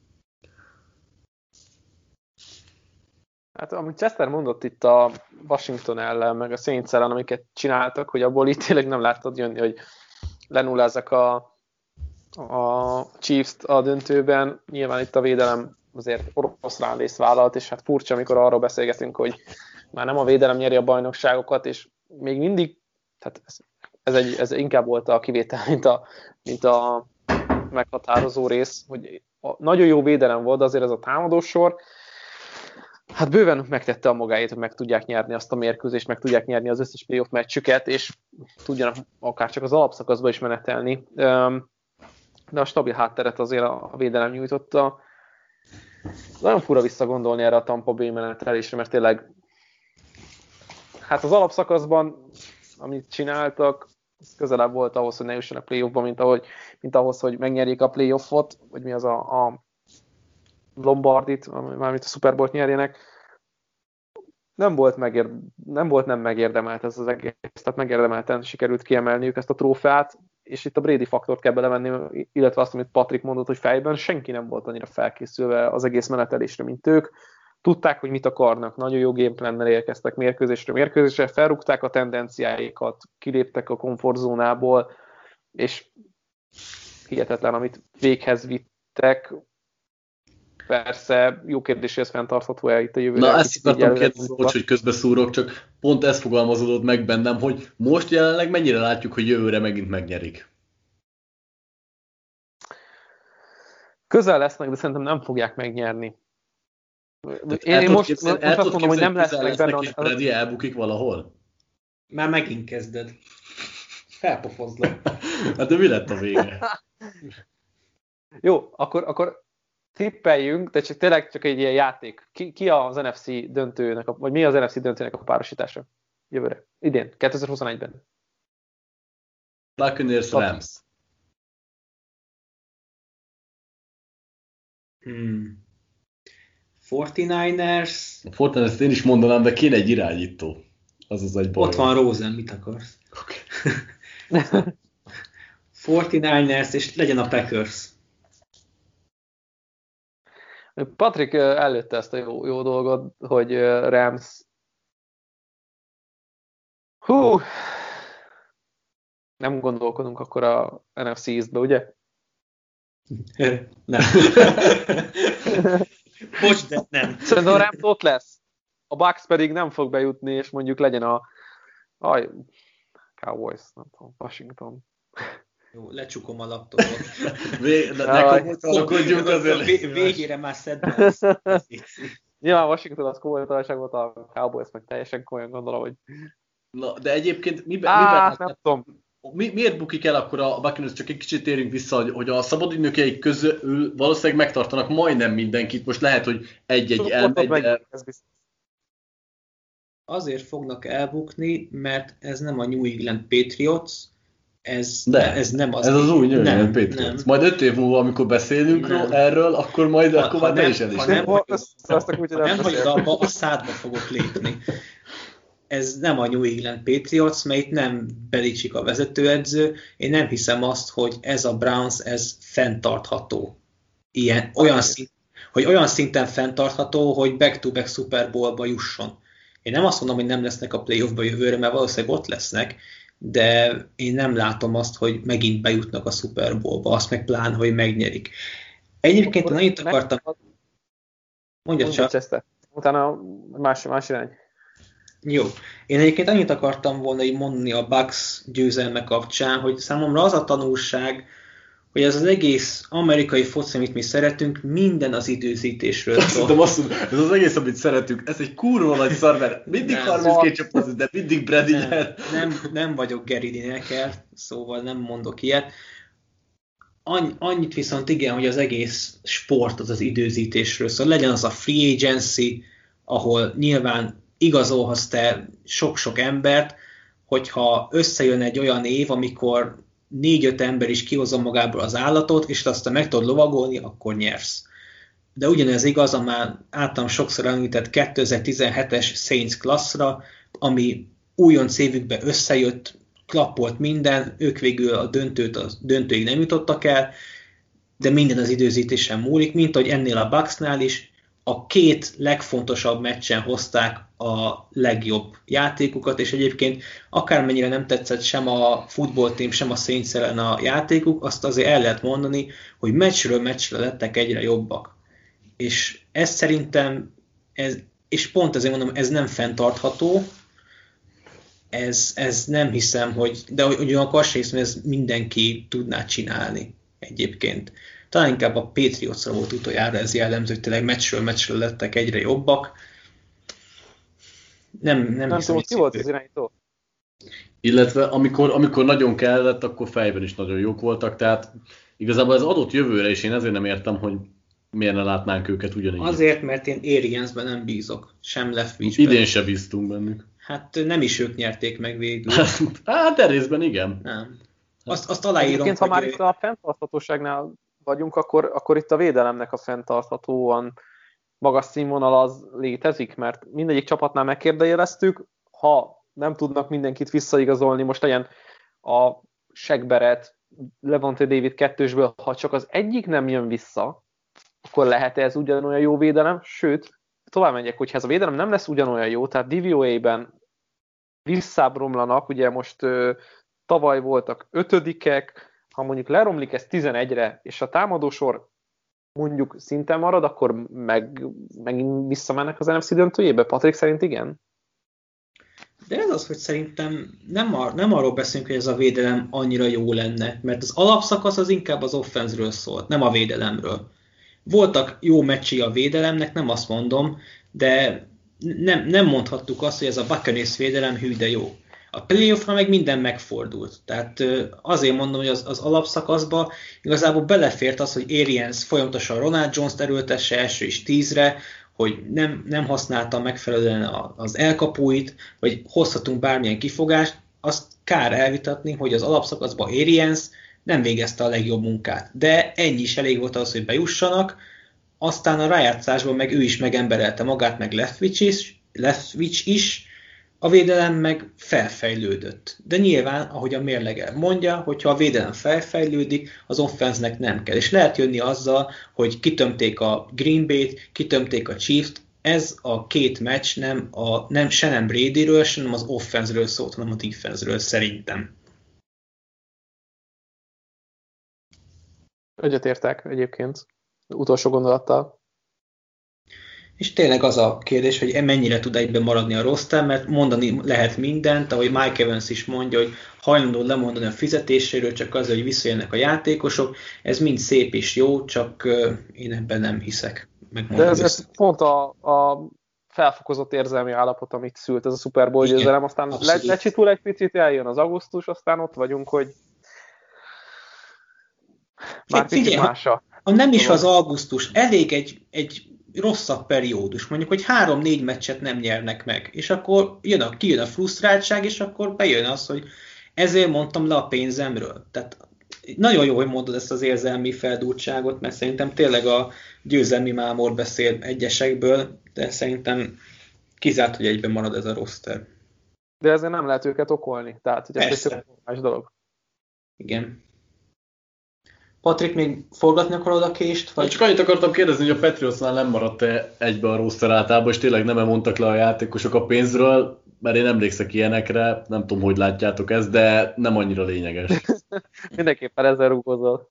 Hát amit Chester mondott itt a Washington ellen, meg a Saints ellen, amiket csináltak, hogy abból itt tényleg nem láttad jönni, hogy lenullázzak a, a Chiefs-t a döntőben. Nyilván itt a védelem azért orosz ránrészt vállalt, és hát furcsa, amikor arról beszélgetünk, hogy már nem a védelem nyeri a bajnokságokat, és még mindig, tehát ez, ez, egy, ez inkább volt a kivétel, mint a, mint a meghatározó rész, hogy a, nagyon jó védelem volt, azért ez a támadósor, hát bőven megtette a magáét, hogy meg tudják nyerni azt a mérkőzést, meg tudják nyerni az összes playoff meccsüket, és tudjanak akár csak az alapszakaszba is menetelni. De a stabil hátteret azért a védelem nyújtotta. Nagyon fura visszagondolni erre a Tampa Bay menetelésre, mert tényleg hát az alapszakaszban, amit csináltak, ez közelebb volt ahhoz, hogy ne jussanak playoffba, mint, ahogy, mint ahhoz, hogy megnyerjék a playoffot, vagy mi az a, a Lombardit, mármint a Super Bowl-t nyerjenek. nem volt, megér, nem volt nem megérdemelt ez az egész, tehát megérdemelten sikerült kiemelniük ezt a trófeát, és itt a Brady faktort kell belevenni, illetve azt, amit Patrik mondott, hogy fejben senki nem volt annyira felkészülve az egész menetelésre, mint ők. Tudták, hogy mit akarnak, nagyon jó gameplannel érkeztek mérkőzésre, mérkőzésre, felrúgták a tendenciáikat, kiléptek a komfortzónából, és hihetetlen, amit véghez vittek. Persze, jó kérdés, hogy ez fenntartható-e itt a jövőre. Na, ezt akartam kérdezni, bocs, hogy közbeszúrok, csak pont ezt fogalmazódott meg bennem, hogy most jelenleg mennyire látjuk, hogy jövőre megint megnyerik? Közel lesznek, de szerintem nem fogják megnyerni. Tehát én, én most, most azt mondom, hogy nem lesznek benne. És Brady elbukik valahol? Már megint kezded. Felpofozlak. Hát de mi lett a vége? Jó, akkor, akkor tippeljünk, de csak tényleg csak egy ilyen játék. Ki, ki az en ef cé döntőnek, a, vagy mi az en ef cé döntőnek a párosítása jövőre? Idén, kétezer-huszonegyben. Buccaneers Rams. Hmm. negyvenkilencesek. A Fortnite-t én is mondanám, de kéne egy irányító. Az az egy baj. Ott van Rosen, mit akarsz? Okay. negyvenkilencesek és legyen a Packers. Patrik előtte ezt a jó, jó dolgot, hogy Rams... Hú! Nem gondolkodunk akkor a en ef cé East-be, ugye? Nem. Bocs, de nem. Szerintem a Rams ott lesz. A Bucks pedig nem fog bejutni, és mondjuk legyen a... Aj, Cowboys, nem tudom, Washington. Jó, lecsukom a laptopot. Vég, de ne komolytalankodjunk azért. Vé, végére már szedve. Nyilván Washington az komolytalanság volt, a Cowboys meg teljesen komolyan gondolom, hogy... Na, de egyébként miben... Á, miben nem tudom. Mi, miért bukik el akkor a Buccaneers? Csak egy kicsit térjünk vissza, hogy a szabadügynökeik közül valószínűleg megtartanak majdnem mindenkit. Most lehet, hogy egy-egy elmegy, de... Azért fognak elbukni, mert ez nem a New England Patriots, ez, de, ez nem az... Ez az új New England nem, Patriots. Nem. Majd öt év múlva, amikor beszélünk ról, erről, akkor majd ha, akkor ha már nem, teljesen is. Ha nem, ha nem hagyod abba, a szádba fogok lépni. Ez nem a New England Patriots, mert itt nem Belichick a vezetőedző. Én nem hiszem azt, hogy ez a Browns, ez fenntartható. Ilyen, olyan szint, hogy olyan szinten fenntartható, hogy back-to-back Super Bowl-ba jusson. Én nem azt mondom, hogy nem lesznek a playoffba jövőre, mert valószínűleg ott lesznek, de én nem látom azt, hogy megint bejutnak a Super Bowl-ba, azt meg plán, hogy megnyerik. Egyébként én annyit akartam... Mondja csak. Utána más, más irány. Jó. Én egyébként annyit akartam volna így mondani a Bucks győzelme kapcsán, hogy számomra az a tanulság, hogy ez az egész amerikai foci, amit mi szeretünk, minden az időzítésről szól. De azt mondom, ez az egész, amit szeretünk, ez egy kurva nagy szar, mert mindig harminckét csapat, de mindig Brady nem, nem, nem vagyok Gary Lineker, szóval nem mondok ilyet. Anny, annyit viszont igen, hogy az egész sport az az időzítésről szól. Legyen az a free agency, ahol nyilván igazolhatsz te sok-sok embert, hogyha összejön egy olyan év, amikor négy-öt ember is kihozza magából az állatot, és aztán meg tudod lovagolni, akkor nyersz. De ugyanez igaz a már általam sokszor említett kétezer-tizenhetes Saints klasszra, ami újonc évükben összejött, klappolt minden, ők végül a döntőt, a döntőig nem jutottak el, de minden az időzítésen múlik, mint ahogy ennél a Bucksnál is, a két legfontosabb meccsen hozták a legjobb játékukat, és egyébként akármennyire nem tetszett sem a football team, sem a Saints ellen a játékuk, azt azért el lehet mondani, hogy meccsről meccsre lettek egyre jobbak. És ez szerintem, ez, és pont ezért mondom, ez nem fenntartható, ez, ez nem hiszem, hogy, de ugyanakkor azt hiszem, hogy ez mindenki tudná csinálni egyébként. Talán inkább a Patriotsra volt utoljára ez jellemző, hogy tényleg meccsről meccsről lettek egyre jobbak. Nem, nem, nem hiszem, tudom, ki volt az irányító? Illetve amikor, amikor nagyon kellett, akkor fejben is nagyon jók voltak, tehát igazából ez adott jövőre, és én ezért nem értem, hogy miért ne látnánk őket ugyanígy. Azért, mert én Ariansben nem bízok, sem Leftwichben. Idén se bíztunk bennük. Hát nem is ők nyerték meg végül. Hát de részben igen. Nem. Azt, azt aláírom, egyébként, ha már itt a fenntarthatóságnál vagyunk, akkor, akkor itt a védelemnek a fenntarthatóan magas színvonal az létezik, mert mindegyik csapatnál megkérdőjeleztük, ha nem tudnak mindenkit visszaigazolni, most legyen a Shaq Barrett, Levante David kettősből, ha csak az egyik nem jön vissza, akkor lehet ez ugyanolyan jó védelem, sőt, tovább megyek, hogyha ez a védelem nem lesz ugyanolyan jó, tehát D V O A-ben visszábromlanak, ugye most ö, tavaly voltak ötödikek, ha mondjuk leromlik ez tizenegyre, és a támadósor mondjuk szinten marad, akkor meg, megint visszamennek az N F C döntőjébe? Patrik szerint igen? De ez az, hogy szerintem nem, ar- nem arról beszélünk, hogy ez a védelem annyira jó lenne, mert az alapszakasz az inkább az offenzről szólt, nem a védelemről. Voltak jó meccsei a védelemnek, nem azt mondom, de nem, nem mondhattuk azt, hogy ez a Buccaneers védelem hű de jó. A playoffra meg minden megfordult. Tehát azért mondom, hogy az, az alapszakaszba igazából belefért az, hogy Arians folyamatosan Ronald Jones-t erőltesse első és tízre, hogy nem, nem használta megfelelően az elkapóit, vagy hozhatunk bármilyen kifogást, azt kár elvitatni, hogy az alapszakaszban Arians nem végezte a legjobb munkát. De ennyi is elég volt az, hogy bejussanak, aztán a rájátszásban meg ő is megemberelte magát, meg Leftwich is, Leftwich is, a védelem meg felfejlődött. De nyilván, ahogy a mérleg mondja, hogyha a védelem felfejlődik, az offense-nek nem kell. És lehet jönni azzal, hogy kitömték a Green Bay-t, kitömték a Chiefs-t, ez a két meccs nem, a, nem se nem Bradyről, se nem az offense-ről szólt, hanem a defense-ről szerintem. Egyetértek egyébként, utolsó gondolattal. És tényleg az a kérdés, hogy mennyire tud egyben maradni a roster, mert mondani lehet mindent, ahogy Mike Evans is mondja, hogy hajlandó lemondani a fizetéséről, csak az, hogy visszajönnek a játékosok. Ez mind szép és jó, csak én ebben nem hiszek. De ez, ez pont a, a felfokozott érzelmi állapot, amit szült ez a Super Bowl győzelem, aztán le, lecsitul egy picit, eljön az augusztus, aztán ott vagyunk, hogy már picit mása. Ha nem is az augusztus, elég egy, egy rosszabb periódus, mondjuk, hogy három-négy meccset nem nyernek meg, és akkor jön a, kijön a frusztráltság, és akkor bejön az, hogy ezért mondtam le a pénzemről. Tehát nagyon jó, hogy mondod ezt az érzelmi feldúltságot, mert szerintem tényleg a győzelmi mámor beszél egyesekből, de szerintem kizárt, hogy egyben marad ez a roster. De ezért nem lehet őket okolni, tehát hogy ez egy más dolog. Igen. Patrik, még forgatni akarod a kést? Vagy? Csak annyit akartam kérdezni, hogy a Patriotsnál nem maradt-e egybe a roster általában, és tényleg nem mondtak le a játékosok a pénzről, mert én emlékszek ilyenekre, nem tudom, hogy látjátok ezt, de nem annyira lényeges. Mindenképpen ezzel rúgozol.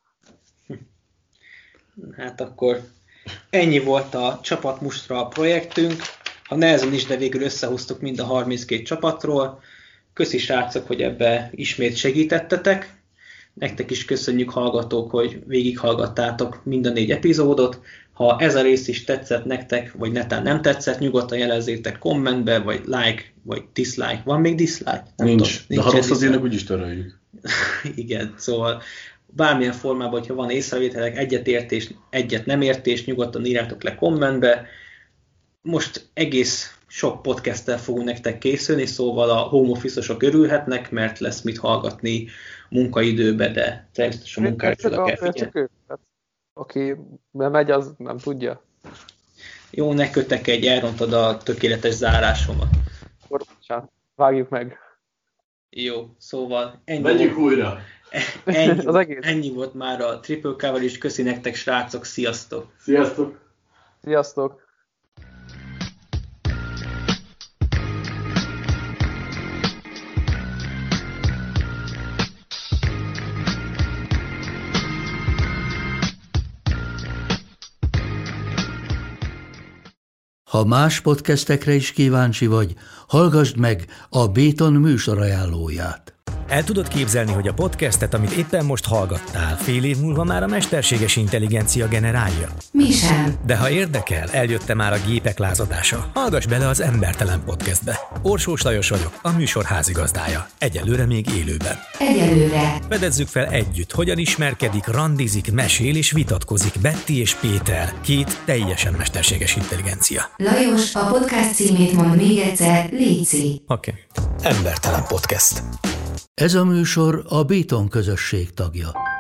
Hát akkor ennyi volt a csapatmustra projektünk. Ha nehezen is, de végül összehoztuk mind a harminckét csapatról. Köszi srácok, hogy ebbe ismét segítettetek. Nektek is köszönjük, hallgatók, hogy végighallgattátok mind a négy epizódot. Ha ez a rész is tetszett nektek, vagy netán nem tetszett, nyugodtan jelezzétek kommentbe, vagy like, vagy dislike. Van még dislike? Nem nincs, tudom, de ha rossz az ének, úgyis töröljük. Igen, szóval bármilyen formában, hogyha van észrevételek, egyetértés, egyet nem értés, nyugodtan írjátok le kommentbe. Most egész sok podcasttel fogunk nektek készülni, szóval a home office-osok örülhetnek, mert lesz mit hallgatni munkaidőbe, de természetesen a munkára oda kell figyelni. Aki megy, az nem tudja. Jó, ne kötek egy, elrontod a tökéletes zárásomat. Akkor vágjuk meg. Jó, szóval ennyi. Menjünk újra. Ennyi, az egész. Ennyi volt már a Triple Cover, és köszi nektek, srácok, sziasztok! Sziasztok! Sziasztok! Ha más podcastekre is kíváncsi vagy, hallgassd meg a Béton műsor ajánlóját. El tudod képzelni, hogy a podcastet, amit éppen most hallgattál, fél év múlva már a mesterséges intelligencia generálja? Mi sem. De ha érdekel, eljött már a gépek lázadása. Hallgass bele az Embertelen Podcastbe. Orsós Lajos vagyok, a műsor házigazdája. Egyelőre még élőben. Egyelőre. Fedezzük fel együtt, hogyan ismerkedik, randizik, mesél és vitatkozik Betty és Péter, két teljesen mesterséges intelligencia. Lajos, a podcast címét mond még egyszer, léci. Oké. Okay. Embertelen Podcast. Ez a műsor a Béton közösség tagja.